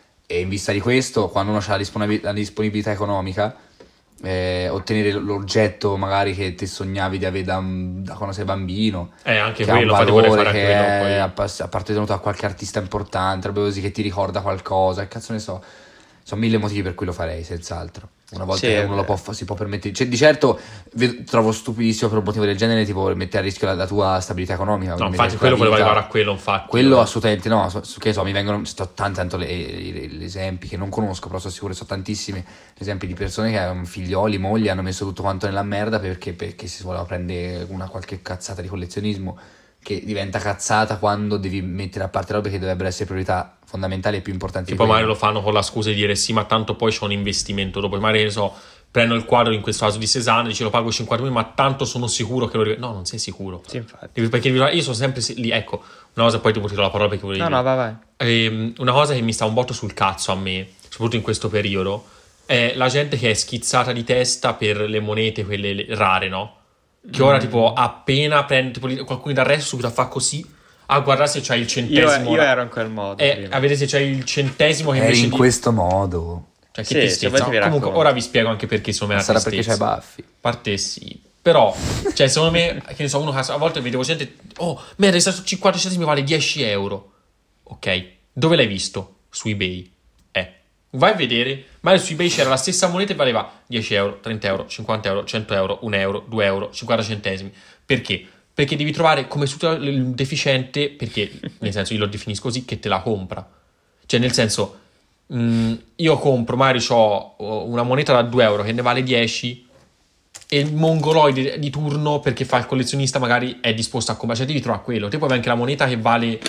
A: E in vista di questo, quando uno ha la disponibilità economica, ottenere l'oggetto magari che ti sognavi di avere da quando sei bambino,
B: Anche
A: che
B: quello,
A: ha un
B: infatti vorrei
A: valore,
B: fare
A: che
B: anche quello,
A: è
B: poi.
A: appartenuto a qualche artista importante, roba così, che ti ricorda qualcosa, che cazzo ne so. Sono mille motivi per cui lo farei, senz'altro. Una volta
C: Sì,
A: che uno si può permettere, cioè, di certo trovo stupidissimo per un motivo del genere, tipo mettere a rischio la tua stabilità economica.
B: No,
A: mettere
B: infatti
A: a
B: quello
A: rischio la
B: volevo
A: vita.
B: arrivare a quello, infatti.
A: Quello assolutamente no, che so, mi vengono tanto gli esempi che non conosco, però sono sicuro che sono tantissimi esempi di persone che hanno figlioli, mogli, hanno messo tutto quanto nella merda perché si voleva prendere qualche cazzata di collezionismo, che diventa cazzata quando devi mettere a parte robe che dovrebbero essere priorità fondamentali e più importanti.
B: E poi magari lo fanno con la scusa di dire sì, ma tanto poi c'è un investimento dopo, magari ne so, prendo il quadro in questo caso di Cézanne, dice lo pago 50.000, ma tanto sono sicuro che no, non sei sicuro.
C: Sì, infatti.
B: Perché io sono sempre lì, ecco, una cosa, poi ti tiro la parola perché volevi dire.
C: No, vai.
B: Una cosa che mi sta un botto sul cazzo a me, soprattutto in questo periodo, è la gente che è schizzata di testa per le monete, quelle rare, no? Che ora tipo appena prende, tipo, qualcuno dal resto subito fa così a guardare se c'hai il centesimo.
C: Io ero in quel modo prima.
B: A vedere se c'hai il centesimo che
A: Eri
B: invece
A: in questo modo.
B: cioè,
C: Sì,
B: che ti
C: se
B: stizza.
C: vuoi ti vi
B: Comunque
C: racconto.
B: ora vi spiego anche perché secondo me
A: Ma sarà perché c'hai baffi.
B: A parte sì. Però, cioè, secondo me, che ne so, uno a volte vedevo gente, oh, merda, questo 50 centesimi vale 10 euro. Ok, dove l'hai visto? Su eBay. Vai a vedere, magari su eBay c'era la stessa moneta e valeva 10 euro, 30 euro, 50 euro, 100 euro, 1 euro, 2 euro, 50 centesimi. Perché? Perché devi trovare come tutto il deficiente, perché, nel senso, io lo definisco così, che te la compra. Cioè, nel senso, io compro, magari ho una moneta da 2 euro che ne vale 10 e il mongoloide di turno, perché fa il collezionista, magari è disposto a comprare. Cioè, devi trovare quello. Te poi anche la moneta che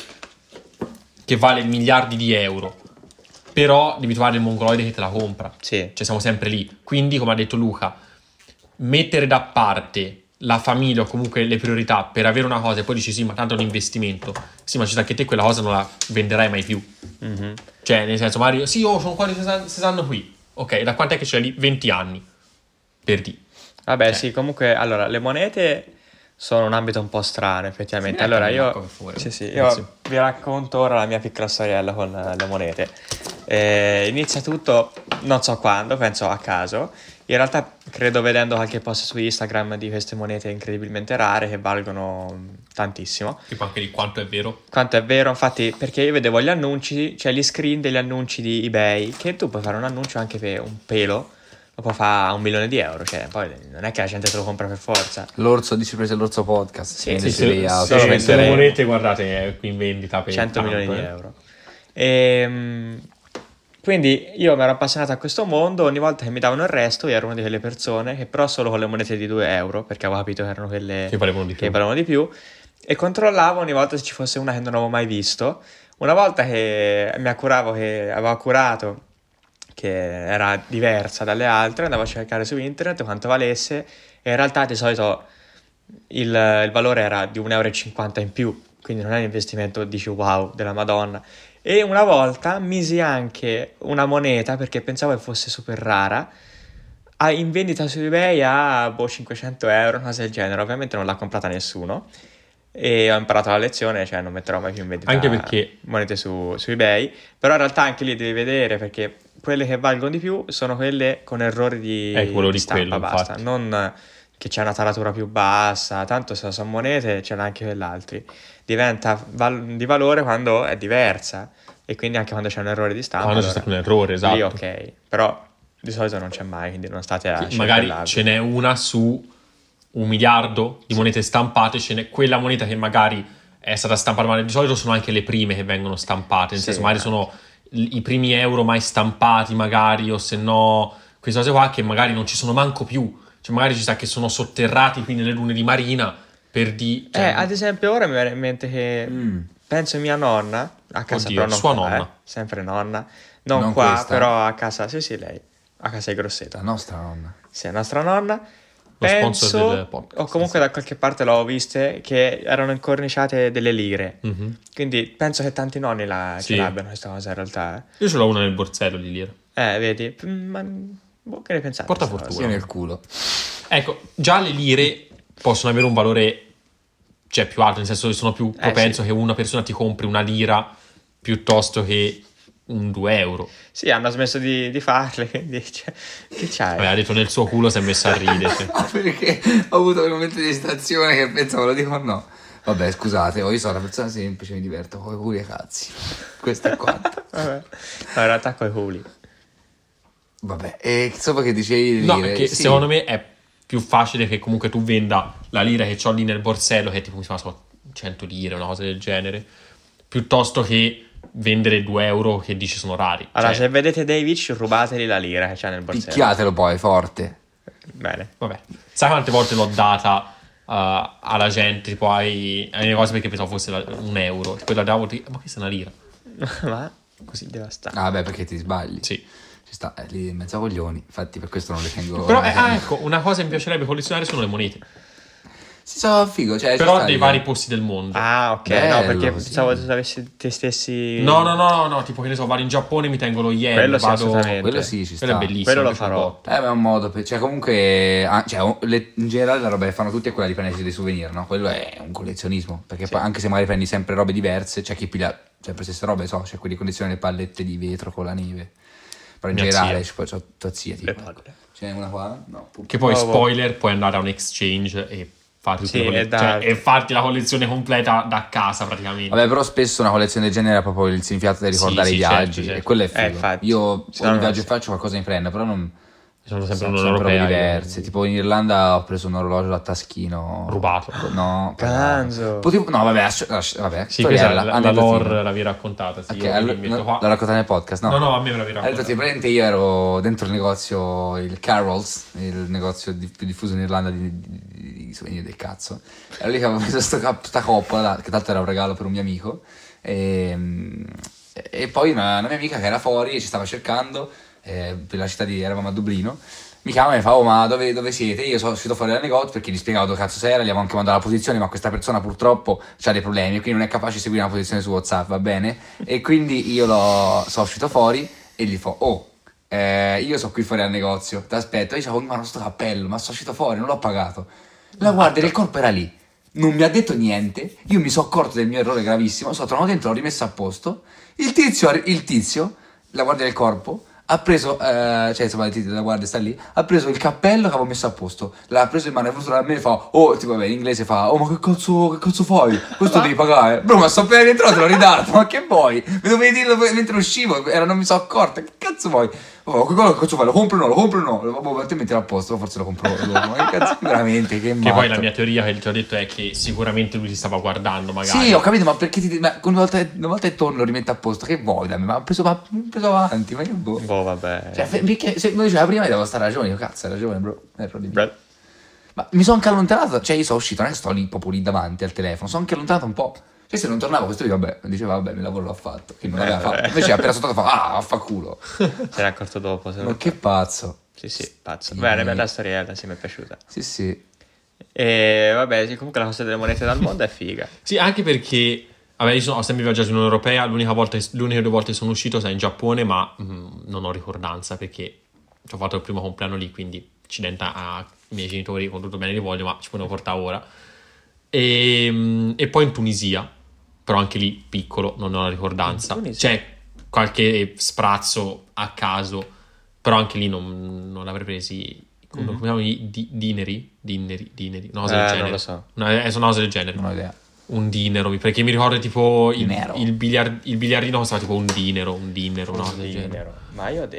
B: vale miliardi di euro. Però devi trovare il mongoloide che te la compra.
C: Sì.
B: Cioè siamo sempre lì. Quindi, come ha detto Luca, mettere da parte la famiglia o comunque le priorità per avere una cosa e poi dici sì, ma tanto è un investimento. Sì, ma ci sta che te quella cosa non la venderai mai più.
C: Mm-hmm.
B: Cioè, nel senso, Mario, sì, sono qua di Cézanne qui. Ok, da quant'è che c'è lì? 20 anni. Per di.
C: Vabbè, sì, comunque, allora, le monete sono un ambito un po' strano, effettivamente. Allora, io vi racconto ora la mia piccola storiella con le monete. Inizia tutto, non so quando, penso a caso. In realtà credo vedendo qualche post su Instagram di queste monete incredibilmente rare che valgono tantissimo.
B: Tipo anche di quanto è vero.
C: Quanto è vero, infatti, perché io vedevo gli annunci, cioè gli screen degli annunci di eBay, che tu puoi fare un annuncio anche per un pelo, dopo fa 1 milione di euro, cioè poi non è che la gente se lo compra per forza.
A: L'orso, dici prese l'orso podcast.
C: Sì,
A: quindi
C: sì,
A: si vede auto.
C: lo
B: se lo
C: venderemo.
B: volete, guardate, è qui in vendita per
C: 100
B: tanto,
C: milioni di euro. Quindi io mi ero appassionato a questo mondo, ogni volta che mi davano il resto io ero una di quelle persone che però solo con le monete di 2 euro, perché avevo capito che erano quelle
B: che valevano di più.
C: che valevano di più, e controllavo ogni volta se ci fosse una che non avevo mai visto. Una volta che mi accuravo, che avevo accurato che era diversa dalle altre, andavo a cercare su internet quanto valesse, e in realtà di solito il valore era di 1,50 euro in più, quindi non è un investimento, dici wow, della Madonna. E una volta misi anche una moneta, perché pensavo che fosse super rara, in vendita su eBay a 500 euro, una cosa del genere. Ovviamente non l'ha comprata nessuno e ho imparato la lezione, cioè non metterò mai più in vendita
B: Anche perché
C: monete su eBay. Però in realtà anche lì devi vedere, perché quelle che valgono di più sono quelle con errori di
B: quello
C: di
B: di
C: stampa,
B: quello,
C: basta,
B: infatti.
C: non che c'è una taratura più bassa, tanto se sono monete ce n'è anche quell'altri. Diventa di valore quando è diversa, e quindi anche quando c'è un errore di stampa.
B: quando c'è
C: allora
B: stato un errore, esatto.
C: lì ok, però di solito non c'è mai, quindi non state a
B: Magari
C: scervellarvi.
B: ce n'è una su 1 miliardo di monete stampate, ce n'è quella moneta che magari è stata stampata, ma di solito sono anche le prime che vengono stampate, nel
C: Sì,
B: senso magari sono i primi euro mai stampati magari, o se no queste cose qua che magari non ci sono manco più, cioè magari ci sa che sono sotterrati qui nelle lune di Marina per di... cioè,
C: Ad esempio ora mi viene in mente che penso mia nonna, a casa
B: Oddio,
C: però non
B: sua
C: qua,
B: nonna.
C: sempre nonna, non
A: Non
C: qua,
A: questa?
C: però a casa, sì lei, a casa di Grosseto.
A: La nostra nonna.
C: Sì, è nostra nonna.
B: Lo sponsor
C: Penso,
B: del podcast,
C: o comunque da qualche parte l'ho viste, che erano incorniciate delle lire.
B: Mhm.
C: Quindi penso che tanti nonni ce
B: Sì.
C: l'abbiano questa cosa in realtà.
B: Io ce l'ho una nel borsello di lire.
C: Vedi? Ma che ne pensate?
B: Porta
C: di questa
B: fortuna.
A: Io nel culo.
B: Ecco, già le lire possono avere un valore, cioè, più alto, nel senso che sono più propenso
C: sì.
B: che una persona ti compri una lira piuttosto che un 2 euro.
C: cosa? Sì, hanno smesso di farle, quindi che c'hai?
B: Vabbè, ha detto nel suo culo si è messo a ridere. Cioè.
A: Perché ho avuto quel momento di esitazione che pensavo, lo dico o no. Vabbè, scusate, io sono una persona semplice, mi diverto con i culi e cazzi. Questo è quanto.
C: Vabbè. No, in realtà coi culi.
A: Vabbè, e insomma che dicevi di
B: No,
A: dire,
B: che
A: sì.
B: secondo me è più facile che comunque tu venda la lira che ho lì nel borsello, che tipo mi fa so 100 lire, una cosa del genere, piuttosto che vendere 2 euro che dici sono rari.
C: Allora,
B: Cioè,
C: se vedete David, rubateli la lira che c'ha nel borsello.
A: Picchiatelo poi, forte.
C: Bene.
B: vabbè, sai quante volte l'ho data alla gente, tipo ai negozi, perché pensavo fosse 1 euro, e poi la davo, ma questa è una lira.
C: Ma così devastante.
A: Ah, vabbè, perché ti sbagli.
B: Sì.
A: Ci sta, lì in mezzo a coglioni. Infatti per questo non le tengo.
B: Però, ecco, una cosa che mi piacerebbe collezionare sono le monete.
A: Si so figo, cioè. ci
B: Però
A: sta
B: dei
A: lì.
B: vari posti del mondo.
C: Ah, ok,
A: Bello,
C: no, perché
A: così.
C: pensavo tu avessi te stessi...
B: No, tipo che ne so, vado in Giappone, mi tengo lo yen,
C: Quello sì,
B: vado...
C: assolutamente.
A: Quello sì, ci sta.
B: Quello è bellissimo.
C: Quello lo
B: mi piace un
C: farò.
B: botto.
A: Ma è un modo per. Cioè, comunque. In generale la roba che fanno tutti è quella di prendersi dei souvenir, no? Quello è un collezionismo. Perché poi, anche se magari prendi sempre robe diverse, c'è chi piglia sempre le stesse robe, so, c'è quelli che collezionano le pallette di vetro con la neve. Però in
B: Mia
A: generale,
B: zia.
A: poi c'ho tua zia, tipo.
C: Le palle.
A: Ce n'è una qua? No,
B: Che poi,
C: Oh,
B: spoiler, puoi andare a un exchange e farti,
C: Sì,
B: e farti la collezione completa da casa praticamente.
A: Vabbè, però spesso una collezione del genere è proprio il significato di ricordare
B: Sì,
A: i
B: certo,
A: viaggi.
B: certo.
A: E quello è figo.
C: Infatti.
A: Io
C: Sì,
A: ogni
C: no,
A: viaggio
C: sì.
A: che faccio qualcosa mi prende, però non.
B: Sono sempre
A: Sono
B: un'Unione
A: sempre robe
B: Europea.
A: diverse. Tipo in Irlanda ho preso un orologio da taschino.
B: Rubato.
A: No,
C: Ganzo.
A: No, vabbè.
B: Sì, questa è la
A: aneddotina.
B: lore l'avevi raccontata. Sì,
A: Ok,
B: io
A: allora,
B: mi metto
A: no,
B: qua.
A: l'ho raccontata nel podcast, no?
B: No, a me me l'avevi
A: Allora,
B: raccontata.
A: praticamente io ero dentro il negozio, il Carroll's, il negozio più diffuso in Irlanda di souvenir del cazzo. Ero lì che avevo preso sta coppola, che tanto era un regalo per un mio amico. E poi una mia amica che era fuori e ci stava cercando, per la città eravamo a Dublino, mi chiama e mi fa: oh, ma dove siete? Io sono uscito fuori dal negozio, perché gli spiegavo dove cazzo sei, gli avevo anche mandato la posizione, ma questa persona purtroppo ha dei problemi, quindi non è capace di seguire una posizione su WhatsApp, va bene? E quindi io sono uscito fuori e gli fa: oh, io sono qui fuori al negozio, ti aspetto. Io avevo in mano sto cappello, ma sono uscito fuori, non l'ho pagato. La guardia del corpo era lì, non mi ha detto niente, io mi sono accorto del mio errore gravissimo, sono tornato dentro, l'ho rimesso a posto. Il tizio, la guardia del corpo, ha preso, cioè insomma il tizio della guardia sta lì, ha preso il cappello che avevo messo a posto, l'ha preso in mano, è venuto da me e fa: oh, tipo vabbè, in inglese fa: oh, ma che cazzo fai? Questo devi pagare. Bro, ma sto appena rientrato, te l'ho ridato, ma che vuoi? Mi dovevi dirlo mentre uscivo, non mi sono accorto, che cazzo vuoi? Oh, quello che cazzo fai? Lo compro o no? Lo compro o no? Vabbè, te mettilo a posto, forse lo compro dopo. Ma che cazzo, veramente, che
B: Che
A: matto.
B: poi la mia teoria che ti ho detto è che sicuramente lui si stava guardando, magari.
A: Sì, ho capito, ma perché ma una volta che torno lo rimetto a posto, che vuoi da me? Ma ho preso avanti, ma io boh.
C: Boh, vabbè.
A: Cioè, perché se mi diceva prima devo stare ragione, io cazzo, hai ragione, bro. Errore mio.
C: Beh,
A: Ma mi sono anche allontanato, cioè io sono uscito, non è che sto lì proprio lì davanti al telefono, sono anche allontanato un po'. Cioè se non tornavo questo video, vabbè, diceva vabbè, il lavoro l'ho fatto, che non l'aveva fatto. Invece appena soltanto fa, vaffanculo.
C: se n'è accorto dopo.
A: Ma che pazzo.
C: Sì, pazzo.
A: Sì.
C: Bene, bella storiella, sì, mi è piaciuta.
A: Sì.
C: E vabbè, sì, comunque la cosa delle monete dal mondo è figa.
B: Sì, anche perché vabbè, ho sempre viaggiato in Unione Europea, le uniche 2 volte che sono uscito sei in Giappone, ma non ho ricordanza perché ci ho fatto il primo compleanno lì, quindi accidenta ai miei genitori, con tutto bene li voglio, ma ci potevo portare ora. E poi in Tunisia, però anche lì piccolo, non ho la ricordanza. C'è qualche sprazzo a caso, però anche lì non l'avrei presi. Come chiamano dineri? Una cosa del genere.
C: Non lo so.
B: Una cosa del genere.
A: Non ho idea.
B: Un dinero, perché mi ricordo tipo
A: Dinero.
B: il biliardino costava tipo un dinero, una cosa del genere.
C: Ma io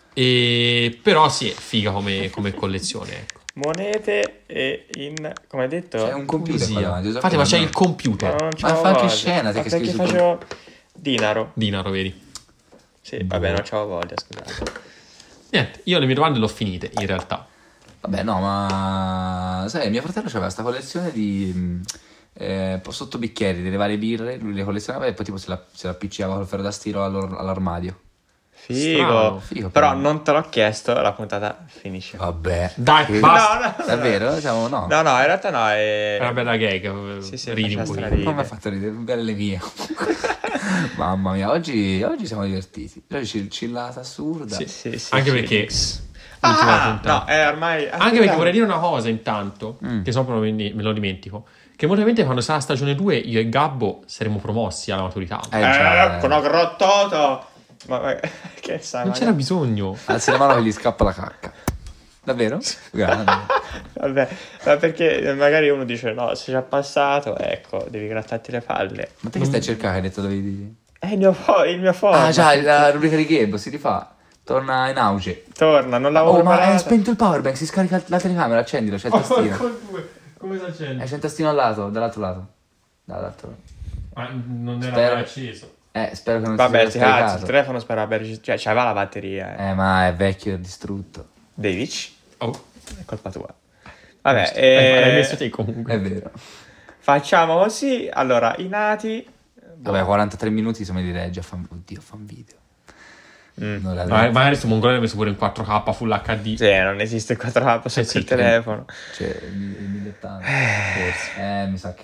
B: Però sì, è figa come collezione, ecco.
C: monete e come hai detto?
A: C'è un computer qua davanti, lo so
B: Infatti,
A: che
B: ma c'è
A: non-
B: il computer.
C: non
A: Ma
C: c'avevo
A: fa anche
C: voglia.
A: scena, te
C: Ma
A: che
C: perché
A: scrivi sul
C: facevo dinaro.
B: Dinaro, vedi?
C: Sì, vabbè, non c'avevo voglia, scusate.
B: Niente, io le mie domande le ho finite, in realtà.
A: Vabbè, no, ma sai, mio fratello aveva questa collezione di sottobicchieri delle varie birre, lui le collezionava e poi tipo se la appiccicava col ferro da stiro all'armadio.
C: Figo.
A: Figo,
C: Però
A: però.
C: non te l'ho chiesto, la puntata finisce.
A: Vabbè.
B: Dai,
A: Che-
B: basta.
C: No.
A: Davvero? Siamo, no.
C: No, in realtà no, è
B: È una bella gag.
C: Sì,
B: Ridi un
C: faceva
B: po'.
C: strarire.
A: Non mi ha fatto ridere, belle le mie. Mamma mia, oggi siamo divertiti. Oggi chillata assurda.
C: Sì,
B: Anche perché ultima puntata.
C: è ormai...
B: Anche perché vorrei dire una cosa intanto, che sopra me lo dimentico, che molto probabilmente quando sarà stagione 2 io e Gabbo saremo promossi alla maturità.
A: Già.
C: Ecco, no, grottato! Ma che sai?
B: Non c'era bisogno.
A: Alzi la mano che gli scappa la cacca. Davvero? Grande.
C: Vabbè, ma perché magari uno dice no, sei già passato, ecco, devi grattarti le palle.
A: Ma te che stai cercando? Hai detto dovevi...
C: È il mio format.
A: Ah già, la rubrica di Gabbo si rifà. Torna in auge.
C: Torna, non l'avevo
A: Oh, ma
C: preparata.
A: hai spento il powerbank, si scarica la telecamera, accendilo, c'è il tastino.
B: Come si accende?
A: C'è il tastino al lato, dall'altro lato. Dall'altro.
B: Ma non era
A: Spero.
B: mai acceso.
A: Spero che non
C: Vabbè,
A: sia
C: sti cazzi, il
A: scaricato.
C: telefono spera cioè, c'aveva la batteria.
A: Ma è vecchio e distrutto.
C: Davic,
B: Oh,
C: è colpa tua. Vabbè,
B: l'hai messo te comunque.
A: È vero.
C: facciamo così. Allora, i nati...
A: Vabbè, 43 minuti se me li regge Oddio, fa un video. Non la vedo.
B: Magari sto mongolone l'ho messo pure in 4K Full HD.
C: Sì, non esiste 4K su
B: sì,
C: il telefono.
A: Cioè, il 1080, forse.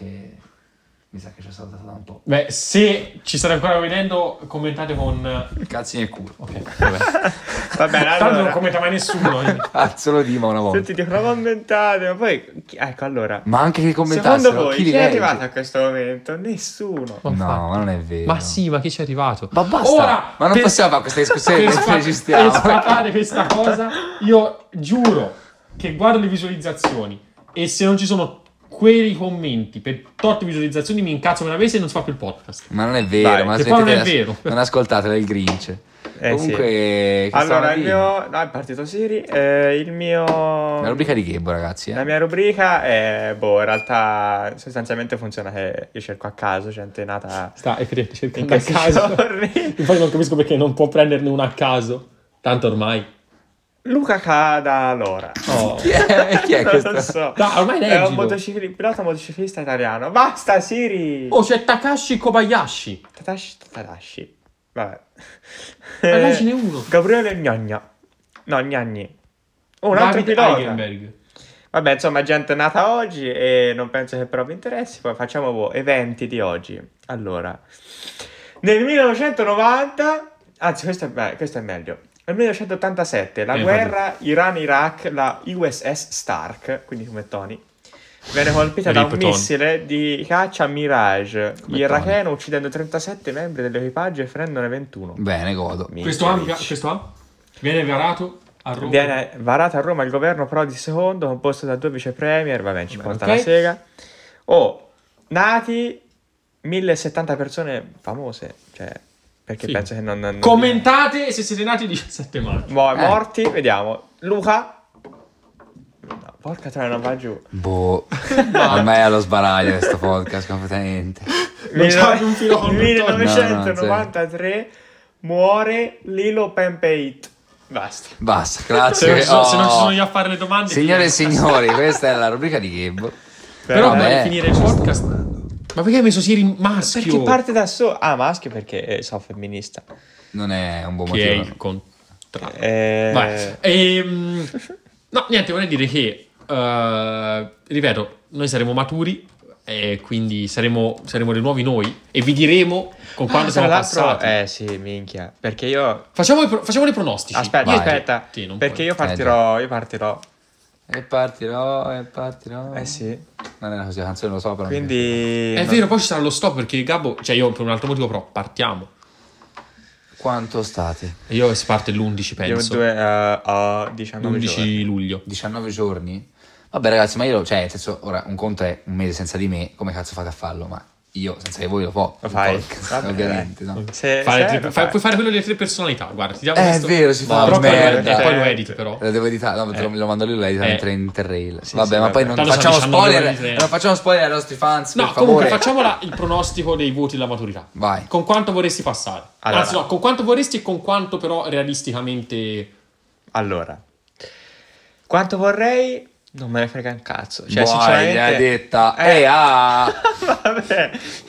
A: Mi sa che ci è saltato da un po'.
B: Beh, se ci state ancora vedendo, commentate con...
A: Cazzi nel culo.
B: Ok, vabbè.
C: Va bene,
B: Tanto non
C: allora...
B: commenta mai nessuno.
A: Cazzo lo dima una volta.
C: Tutti dicono commentate, ma poi... Ecco, allora...
A: Ma anche che
C: Secondo
A: commentassero,
C: voi
A: chi li
C: chi è
A: legge?
C: arrivato a questo momento? Nessuno.
A: No, ma non è vero.
B: Ma sì, ma chi ci è arrivato?
A: Ma basta.
B: Ora,
A: Ma non possiamo fare questa discussione mentre
B: per
A: registriamo.
B: sfatare questa cosa, io giuro che guardo le visualizzazioni e se non ci sono quei commenti per tot visualizzazioni mi incazzo come una vese e non si fa più il podcast.
A: Ma non è vero,
C: Dai,
A: ma
B: che poi non è
A: smettete-
B: vero.
A: Non ascoltate il Grinch. Comunque, che
C: Allora,
A: stavamo a
C: il
A: dire?
C: mio... No, è partito Siri. Il mio...
A: La rubrica di Gabbo, ragazzi.
C: La mia rubrica è... Boh, in realtà sostanzialmente funziona che io cerco a caso gente nata
B: Sta effettivamente
C: in
B: cercando a
C: questi
B: caso.
C: giorni.
B: Infatti non capisco perché non può prenderne una a caso. Tanto ormai.
C: Luca Cadalora.
B: Oh.
A: Chi è
C: Non
A: questo?
C: lo so.
B: Dai, ormai
C: È un
B: leggilo.
C: pilota motociclista italiano. Basta, Siri!
B: Oh, c'è Takashi Kobayashi.
C: Tadashi. Vabbè.
B: Ma leggine uno.
C: Gabriele Gnagna. No, Gnagni. Oh, un altro
B: David
C: pilota.
B: Eigenberg.
C: Vabbè, insomma, gente nata oggi e non penso che però vi interessi. Poi facciamo eventi di oggi. Allora, nel 1990, anzi, questo è meglio. Nel 1987, la guerra Iran-Iraq, la USS Stark, quindi come Tony, venne colpita da un
B: Rip Tony.
C: missile di caccia Mirage
A: Come
C: iracheno, uccidendo 37 membri dell'equipaggio e ferendone 21.
A: Bene, godo.
B: Questo ha viene varato a Roma.
C: Viene varato a Roma il governo Prodi II, composto da 2 vice premier, vabbè, ci porta
B: ok.
C: la sega. Nati 1070 persone famose, cioè Perché
B: Sì.
C: penso che non
B: Commentate se siete nati il 17 maggio.
C: morti, vediamo. Luca. No, porca troia, non va giù.
A: Boh, ormai è allo sbaraglio questo podcast completamente.
B: Non c'è più un filo conduttore.
C: 1993 muore Lilo Pempeit. Basta.
A: Basta,
B: Se
A: grazie.
B: non, ci sono, se non ci
A: Oh.
B: sono io a fare le domande.
A: Signore e
B: finiamo.
A: signori, questa è la rubrica di Gabbo.
B: Però
A: Vabbè.
B: per finire il podcast. Ma perché hai messo Siri maschio?
C: Perché parte da solo. Ah, maschio perché so femminista.
A: Non è un buon
B: Che è
A: motivo.
B: il contrario.
C: Eh,
B: Vai. No, niente, vorrei dire che, ripeto, noi saremo maturi e quindi saremo dei nuovi noi e vi diremo con quando
C: tra
B: siamo
C: l'altro,
B: passati.
C: sì, minchia. Perché io.
B: Facciamo dei pronostici.
C: Aspetta,
A: Vai.
C: aspetta.
B: Sì, non
C: Perché
B: puoi.
C: io partirò. Io partirò.
A: E partirò.
C: Sì.
A: Non era così, la canzone lo so, però.
C: Quindi.
B: È vero, poi ci sarà lo stop perché Gabbo, cioè io per un altro motivo però partiamo.
A: Quanto state?
B: E io si parte l'11
C: Io
B: penso.
C: ho 19
B: l'11
C: giorni.
B: luglio.
A: 19 giorni? Vabbè ragazzi, ma io, cioè, nel senso, ora un conto è un mese senza di me, come cazzo fate a farlo? Ma io senza di voi lo
C: Lo fai? Vabbè,
A: ovviamente, no?
C: Se,
B: Fare
C: se-
B: le tre- puoi fare quello delle 3 personalità, guarda, ti diamo
A: È
B: questo.
A: vero, si fa
C: No,
A: una
B: Però poi,
A: merda.
B: e poi lo editi però.
A: Lo devo editare, no, lo mando lui, lo edita
B: Eh.
A: in Interrail.
C: Sì,
A: Vabbè,
C: sì,
A: ma poi
C: vabbè.
A: non
B: Tanto
A: facciamo
B: sono 19
A: spoiler,
B: ore di treno.
A: non facciamo spoiler ai nostri fans,
B: No,
A: per
B: comunque
A: favore.
B: facciamo il pronostico dei voti della maturità.
A: Vai.
B: Con quanto vorresti passare?
C: Allora.
B: Anzi, no, con quanto vorresti e con quanto però realisticamente.
C: Allora, quanto vorrei, non me ne frega un cazzo. Cioè,
A: Boh,
C: sinceramente.
A: gliel'hai detta.
C: Vabbè,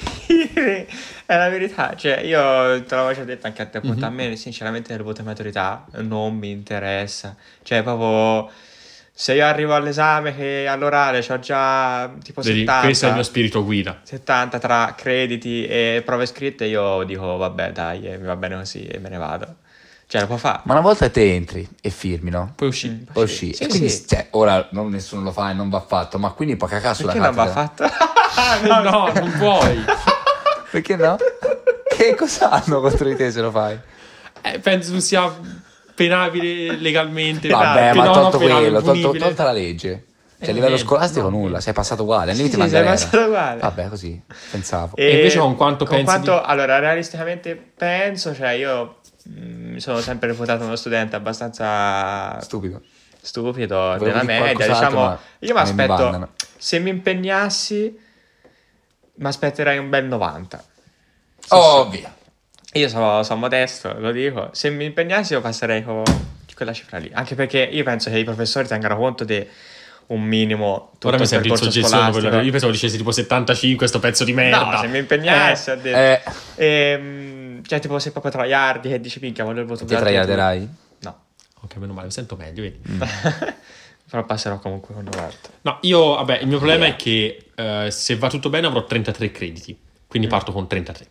C: è la verità. Cioè, io te l'avevo già detto anche a te, appunto. A me, sinceramente, il voto di maturità non mi interessa. Cioè, proprio. Se io arrivo all'esame che all'orale c'ho già tipo
B: Vedi,
C: 70.
B: questo è il mio spirito guida.
C: 70 tra crediti e prove scritte, io dico vabbè dai, mi va bene così e me ne vado. Cioè lo può fare.
A: Ma una volta te entri e firmi, no?
B: Poi uscì.
A: Poi uscì.
C: Sì,
A: E quindi,
C: sì.
A: cioè, ora nessuno lo fa e non va fatto, ma quindi puoi cacare sulla
C: Perché non va
A: cattedra.
C: fatto?
B: No, non puoi.
A: Perché no? Che cosa hanno contro di te se lo fai?
B: Penso non sia penabile legalmente.
A: Vabbè,
B: Che
A: ma
B: no,
A: tolto
B: penale,
A: quello,
B: punibile.
A: tolta la legge. Cioè, a livello
B: niente,
A: scolastico
B: no.
A: nulla, sei passato uguale, al limite
C: Sì, sì, sei
A: magari
C: passato uguale.
A: Vabbè, così, pensavo.
B: E invece con quanto pensi di-
C: Allora, realisticamente penso, cioè io mi sono sempre reputato uno studente abbastanza
A: Stupido.
C: stupido
A: Volevo
C: della
A: dire
C: media,
A: qualcos'altro,
C: diciamo.
A: ma
C: Io mi
A: mi bannano.
C: aspetto, se mi impegnassi, mi aspetterei un bel 90.
A: Oh, via.
C: Io sono modesto, lo dico. Se mi impegnassi io passerei con quella cifra lì. Anche perché io penso che i professori tengano conto di un minimo tutto
B: Ora mi
C: il
B: senti in
C: percorso
B: soggezione.
C: scolastico.
B: Io pensavo dicessi tipo 75, sto pezzo di merda.
C: No, se mi impegnassi ho detto.
A: Eh,
C: Cioè tipo se proprio tryhardi che dici minchia voglio il voto
A: ti
C: più alto di tutti.
A: traiarderai?
C: No.
B: Ok, meno male, mi sento meglio, vedi.
C: Però passerò comunque con 90.
B: No, io, vabbè, il mio problema è che se va tutto bene avrò 33 crediti, quindi parto con 33.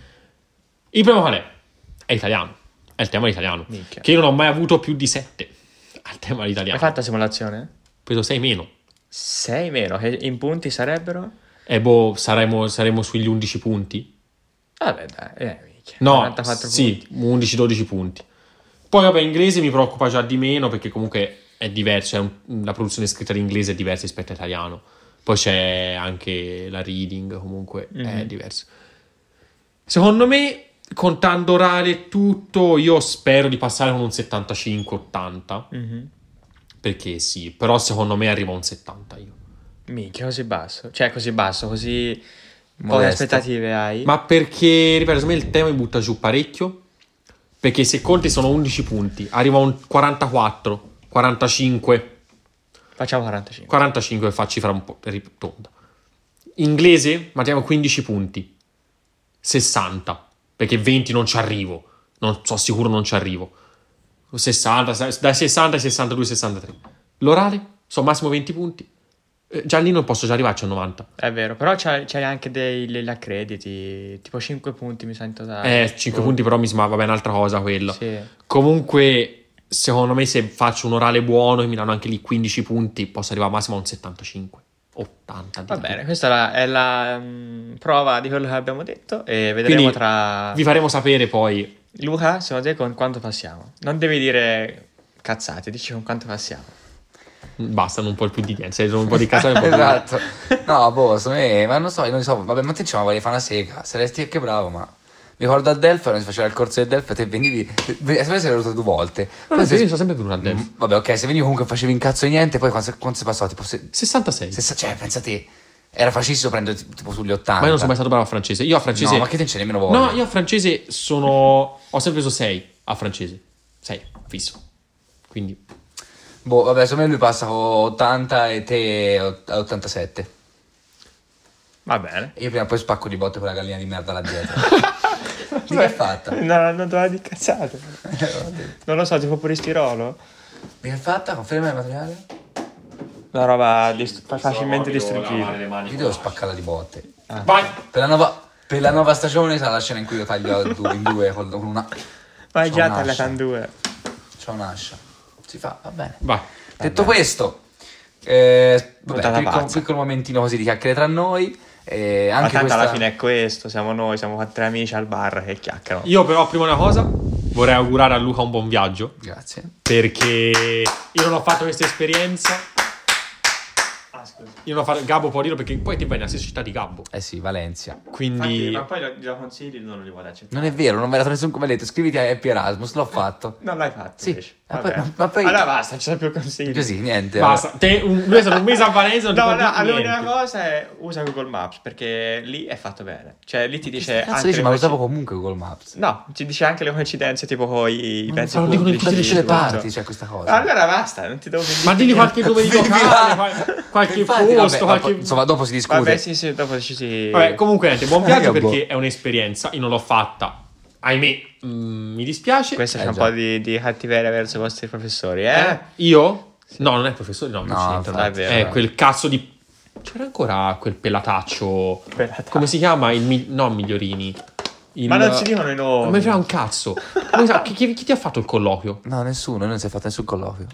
B: Il problema qual è? È italiano, è il tema italiano,
C: Minchia.
B: che io non ho mai avuto più di 7 al tema
C: Hai
B: italiano.
C: fatto la simulazione?
B: Preso 6 meno.
C: 6 meno, che in punti sarebbero?
B: E boh, saremo sugli 11 punti.
C: Vabbè dai, minchia.
B: No,
C: 44
B: sì,
C: punti.
B: 11-12 punti. Poi vabbè, inglese mi preoccupa già di meno perché comunque è diverso, la produzione scritta in inglese è diversa rispetto all'italiano. Poi c'è anche la reading, comunque è diverso. Secondo me, contando orale e tutto, io spero di passare con un 75-80.
C: Mhm.
B: Perché sì, però secondo me arriva a un 70 io.
C: Minchia, così basso. Cioè, così basso, così poche
A: Modesto.
C: aspettative hai.
B: Ma perché, ripeto, secondo me il tema mi butta giù parecchio. Perché se conti sono 11 punti, arriva a un 44, 45,
C: Facciamo 45.
B: 45 e fa cifra un po' tonda. Inglese, mettiamo 15 punti, 60, perché 20 non ci arrivo, non so sicuro non ci arrivo. 60, da 60 ai 62, 63. L'orale, sono massimo 20 punti. Già lì non posso già arrivarci a 90.
C: È vero, però c'hai anche degli accrediti, tipo 5 punti mi sa in totale.
B: 5 punti però va bene, un'altra cosa quello.
C: Sì.
B: Comunque, secondo me, se faccio un orale buono e mi danno anche lì 15 punti, posso arrivare al massimo a un 75, 80.
C: Va bene, questa è la prova di quello che abbiamo detto e vedremo
B: Quindi
C: tra...
B: vi faremo sapere poi.
C: Luca, secondo te con quanto passiamo? Non devi dire cazzate, dici con quanto passiamo.
B: Bastano un po' più di niente. Se sono un po' di casa un po' più-
A: Esatto. No, boh, secondo me, ma non so, vabbè, ma te ci volevi fare una sega, saresti anche bravo, ma ricordo a Delphi, si faceva il corso del Delphi, te venivi, sei venuto 2 volte.
B: No,
A: Poi
B: io sono sempre venuto a Delphi.
A: Vabbè, ok, se venivi comunque facevi un cazzo di niente, poi quando sei passato, tipo,
B: 66.
A: cioè, pensate, era facilissimo prendere tipo sugli 80.
B: Ma io non sono mai stato bravo a francese. Io a francese...
A: No, ma che te ce nemmeno voglia.
B: No, io a francese ho sempre preso 6 a francese. 6, fisso. Quindi...
A: Boh, vabbè, secondo me lui passa con 80 e te 87.
C: Va bene.
A: Io prima o poi spacco di botte quella gallina di merda là dietro. Di che è fatta?
C: No, non doveva di cazzate. Non lo so, tipo polistirolo.
A: Di che è fatta? Conferma il materiale?
C: Una roba facilmente distruggibile.
A: Io devo spaccarla di botte.
B: Vai!
A: Per la nuova stagione sarà la scena in cui io taglio in due con una...
C: Vai
A: c'ho
C: già
A: un'ascia.
C: tagliata in 2.
A: C'ho un'ascia. Si fa, va bene.
B: Vai.
A: Detto questo,
C: Puntata
A: vabbè,
C: pazza.
A: piccolo momentino così di chiacchiere tra noi.
C: Ma
A: Anche
C: tanto
A: questa...
C: alla fine è questo, siamo noi, siamo 4 amici al bar che chiacchierano.
B: Io però prima una cosa, vorrei augurare a Luca un buon viaggio,
A: Grazie.
B: perché io non ho fatto questa esperienza.
C: Scusa.
B: Io non ho fatto... Gabbo può dirlo perché poi ti vai nella stessa città di Gabbo.
A: Eh sì, Valencia.
B: Quindi...
C: Ma poi lo consigli, non li vuole accettare.
A: Non è vero, non mi era dato nessun commento. Iscriviti a Happy Erasmus, l'ho fatto.
C: Non l'hai fatto
A: Sì.
C: invece.
A: Ma poi-
C: Vabbè.
A: ma poi-
C: Allora basta, ci sono più consigli.
A: Così, niente.
B: Basta. Lui è stato un mese a Valencia, non ti
C: No,
B: può
C: no,
B: dire
C: l'unica
B: niente.
C: cosa è usa Google Maps perché lì è fatto bene. Cioè lì ti dice
A: Cazzo
C: anche
A: dici,
C: le
A: ma lo usavo
C: coincidenze.
A: comunque Google Maps.
C: No, ti dice anche le coincidenze tipo con i
B: Ma
C: pezzi
B: lo dicono in
A: Da tutte le
C: tutto.
A: parti c'è questa cosa.
C: Allora basta, non ti devo più
B: Ma
C: dire
B: digli
C: niente.
B: qualche nome di locale, qualche
A: Infatti,
B: posto,
A: vabbè,
B: qualche...
A: insomma, dopo si discute.
C: Vabbè, sì, dopo ci si...
B: Vabbè, comunque niente, buon viaggio
A: Che
B: perché è un'esperienza, io non l'ho fatta. Ahimè, mi dispiace.
C: Questo c'è un
A: già.
C: po' di cattiveria verso i vostri professori, eh?
B: Io? No, non è professore, no, non
A: No,
B: c'è niente.
A: infatti,
C: è vero,
B: È
C: no.
B: quel cazzo di... C'era ancora quel pelataccio...
C: Pelataccio.
B: Come si chiama? No, Migliorini.
C: Ma non si dicono i nomi.
B: Non mi frega un cazzo. Come sa- chi ti ha fatto il colloquio?
A: No, nessuno, non si è fatto nessun colloquio.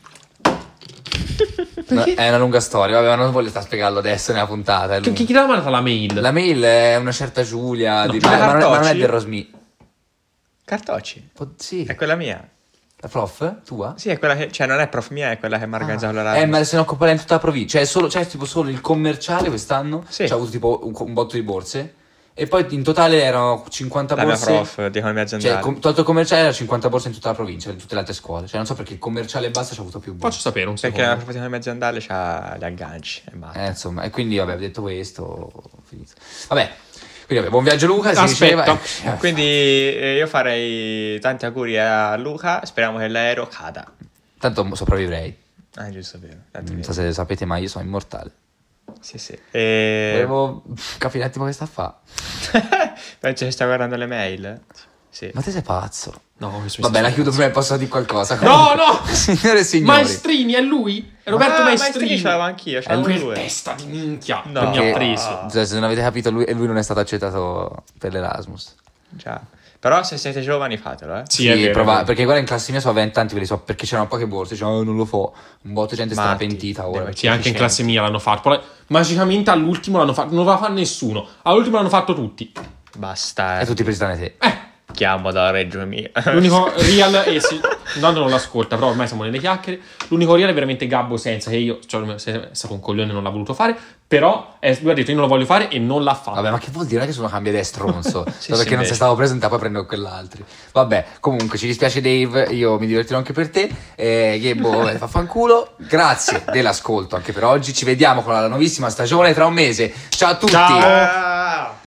B: Perché?
A: È una lunga storia, vabbè, ma non voglio sta a spiegarlo adesso nella puntata. è lungo.
B: Chi ti ha mandato la mail?
A: La mail è una certa Giulia,
B: No,
A: ma non è
C: Cartocci?
A: del Rosmi.
C: Cartocci.
A: Sì,
C: È quella mia.
A: la prof? Tua?
C: Sì, è quella che... Cioè, non è prof mia, è quella che mi ha organizzato la
A: Ma se ne occupa in tutta la provincia. C'è tipo solo il commerciale quest'anno.
C: Sì.
A: C'ha avuto tipo un botto di borse. E poi in totale erano 50
C: La mia
A: borse.
C: prof di economia aziendale.
A: Cioè, tolto il commerciale era 50 borse in tutta la provincia, in tutte le altre scuole. Cioè, non so perché il commerciale e basta ci ha avuto più borse.
B: Faccio sapere un
C: Perché la
B: secondo.
C: prof di economia aziendale c'ha gli agganci e basta.
A: Insomma, e quindi vabbè, detto questo, ho finito. Vabbè, quindi vabbè, buon viaggio Luca, si
B: Aspetta.
A: diceva.
C: Quindi io farei tanti auguri a Luca, speriamo che l'aereo cada.
A: Tanto sopravvivrei.
C: Ah, giusto, vero. Tanto
A: Non
C: vero.
A: so se sapete, ma io sono immortale.
C: Sì, sì.
A: Volevo capire un attimo che sta a fa.
C: Penso che sta guardando le mail. Sì.
A: Ma te sei pazzo.
B: No, questo mi
A: Vabbè,
B: sta-
A: la chiudo prima e posso dire qualcosa.
B: No, no!
A: Signore e signori.
B: Maestrini, è lui? È Roberto Maestrini.
C: ce l'avevo anch'io, ce
A: È
C: l'avevo
B: Quel
C: due.
B: testa di minchia
C: No.
B: che mi ha
A: Che-
B: preso.
A: Cioè, se non avete capito, lui non è stato accettato per l'Erasmus.
C: Già. Però se siete giovani fatelo, eh.
B: Sì, è vero, è vero.
A: Perché guarda, in classe mia sono 20 anni, ve li so, perché c'erano poche borse. Dicevano, non lo fa. Un botto di gente sta
C: Matti,
A: pentita ora.
C: deve-
B: Sì, anche in classe mia l'hanno fatto. Poi, magicamente all'ultimo l'hanno fatto. Non lo va a fare nessuno. All'ultimo l'hanno fatto tutti.
C: Basta.
A: E tutti presi tranne te.
C: Chiamo da Reggio Emilia.
B: L'unico real e sì, Nando non l'ascolta, però ormai siamo nelle chiacchiere. L'unico real è veramente Gabbo Senza, che io, cioè, è stato un coglione e non l'ha voluto fare. Però lui ha detto io non lo voglio fare e non l'ha fatto.
A: Vabbè, ma che vuol dire? Non è che sono cambia idea stronzo.
C: Sì,
A: Solo perché
C: sì,
A: non sei
C: invece.
A: stato presentato, poi prendo quell'altro. Vabbè, comunque ci dispiace Dave, io mi divertirò anche per te. Gabbo, vabbè, vaffanculo. Grazie dell'ascolto anche per oggi. Ci vediamo con la nuovissima stagione tra un mese. Ciao a tutti.
B: Ciao.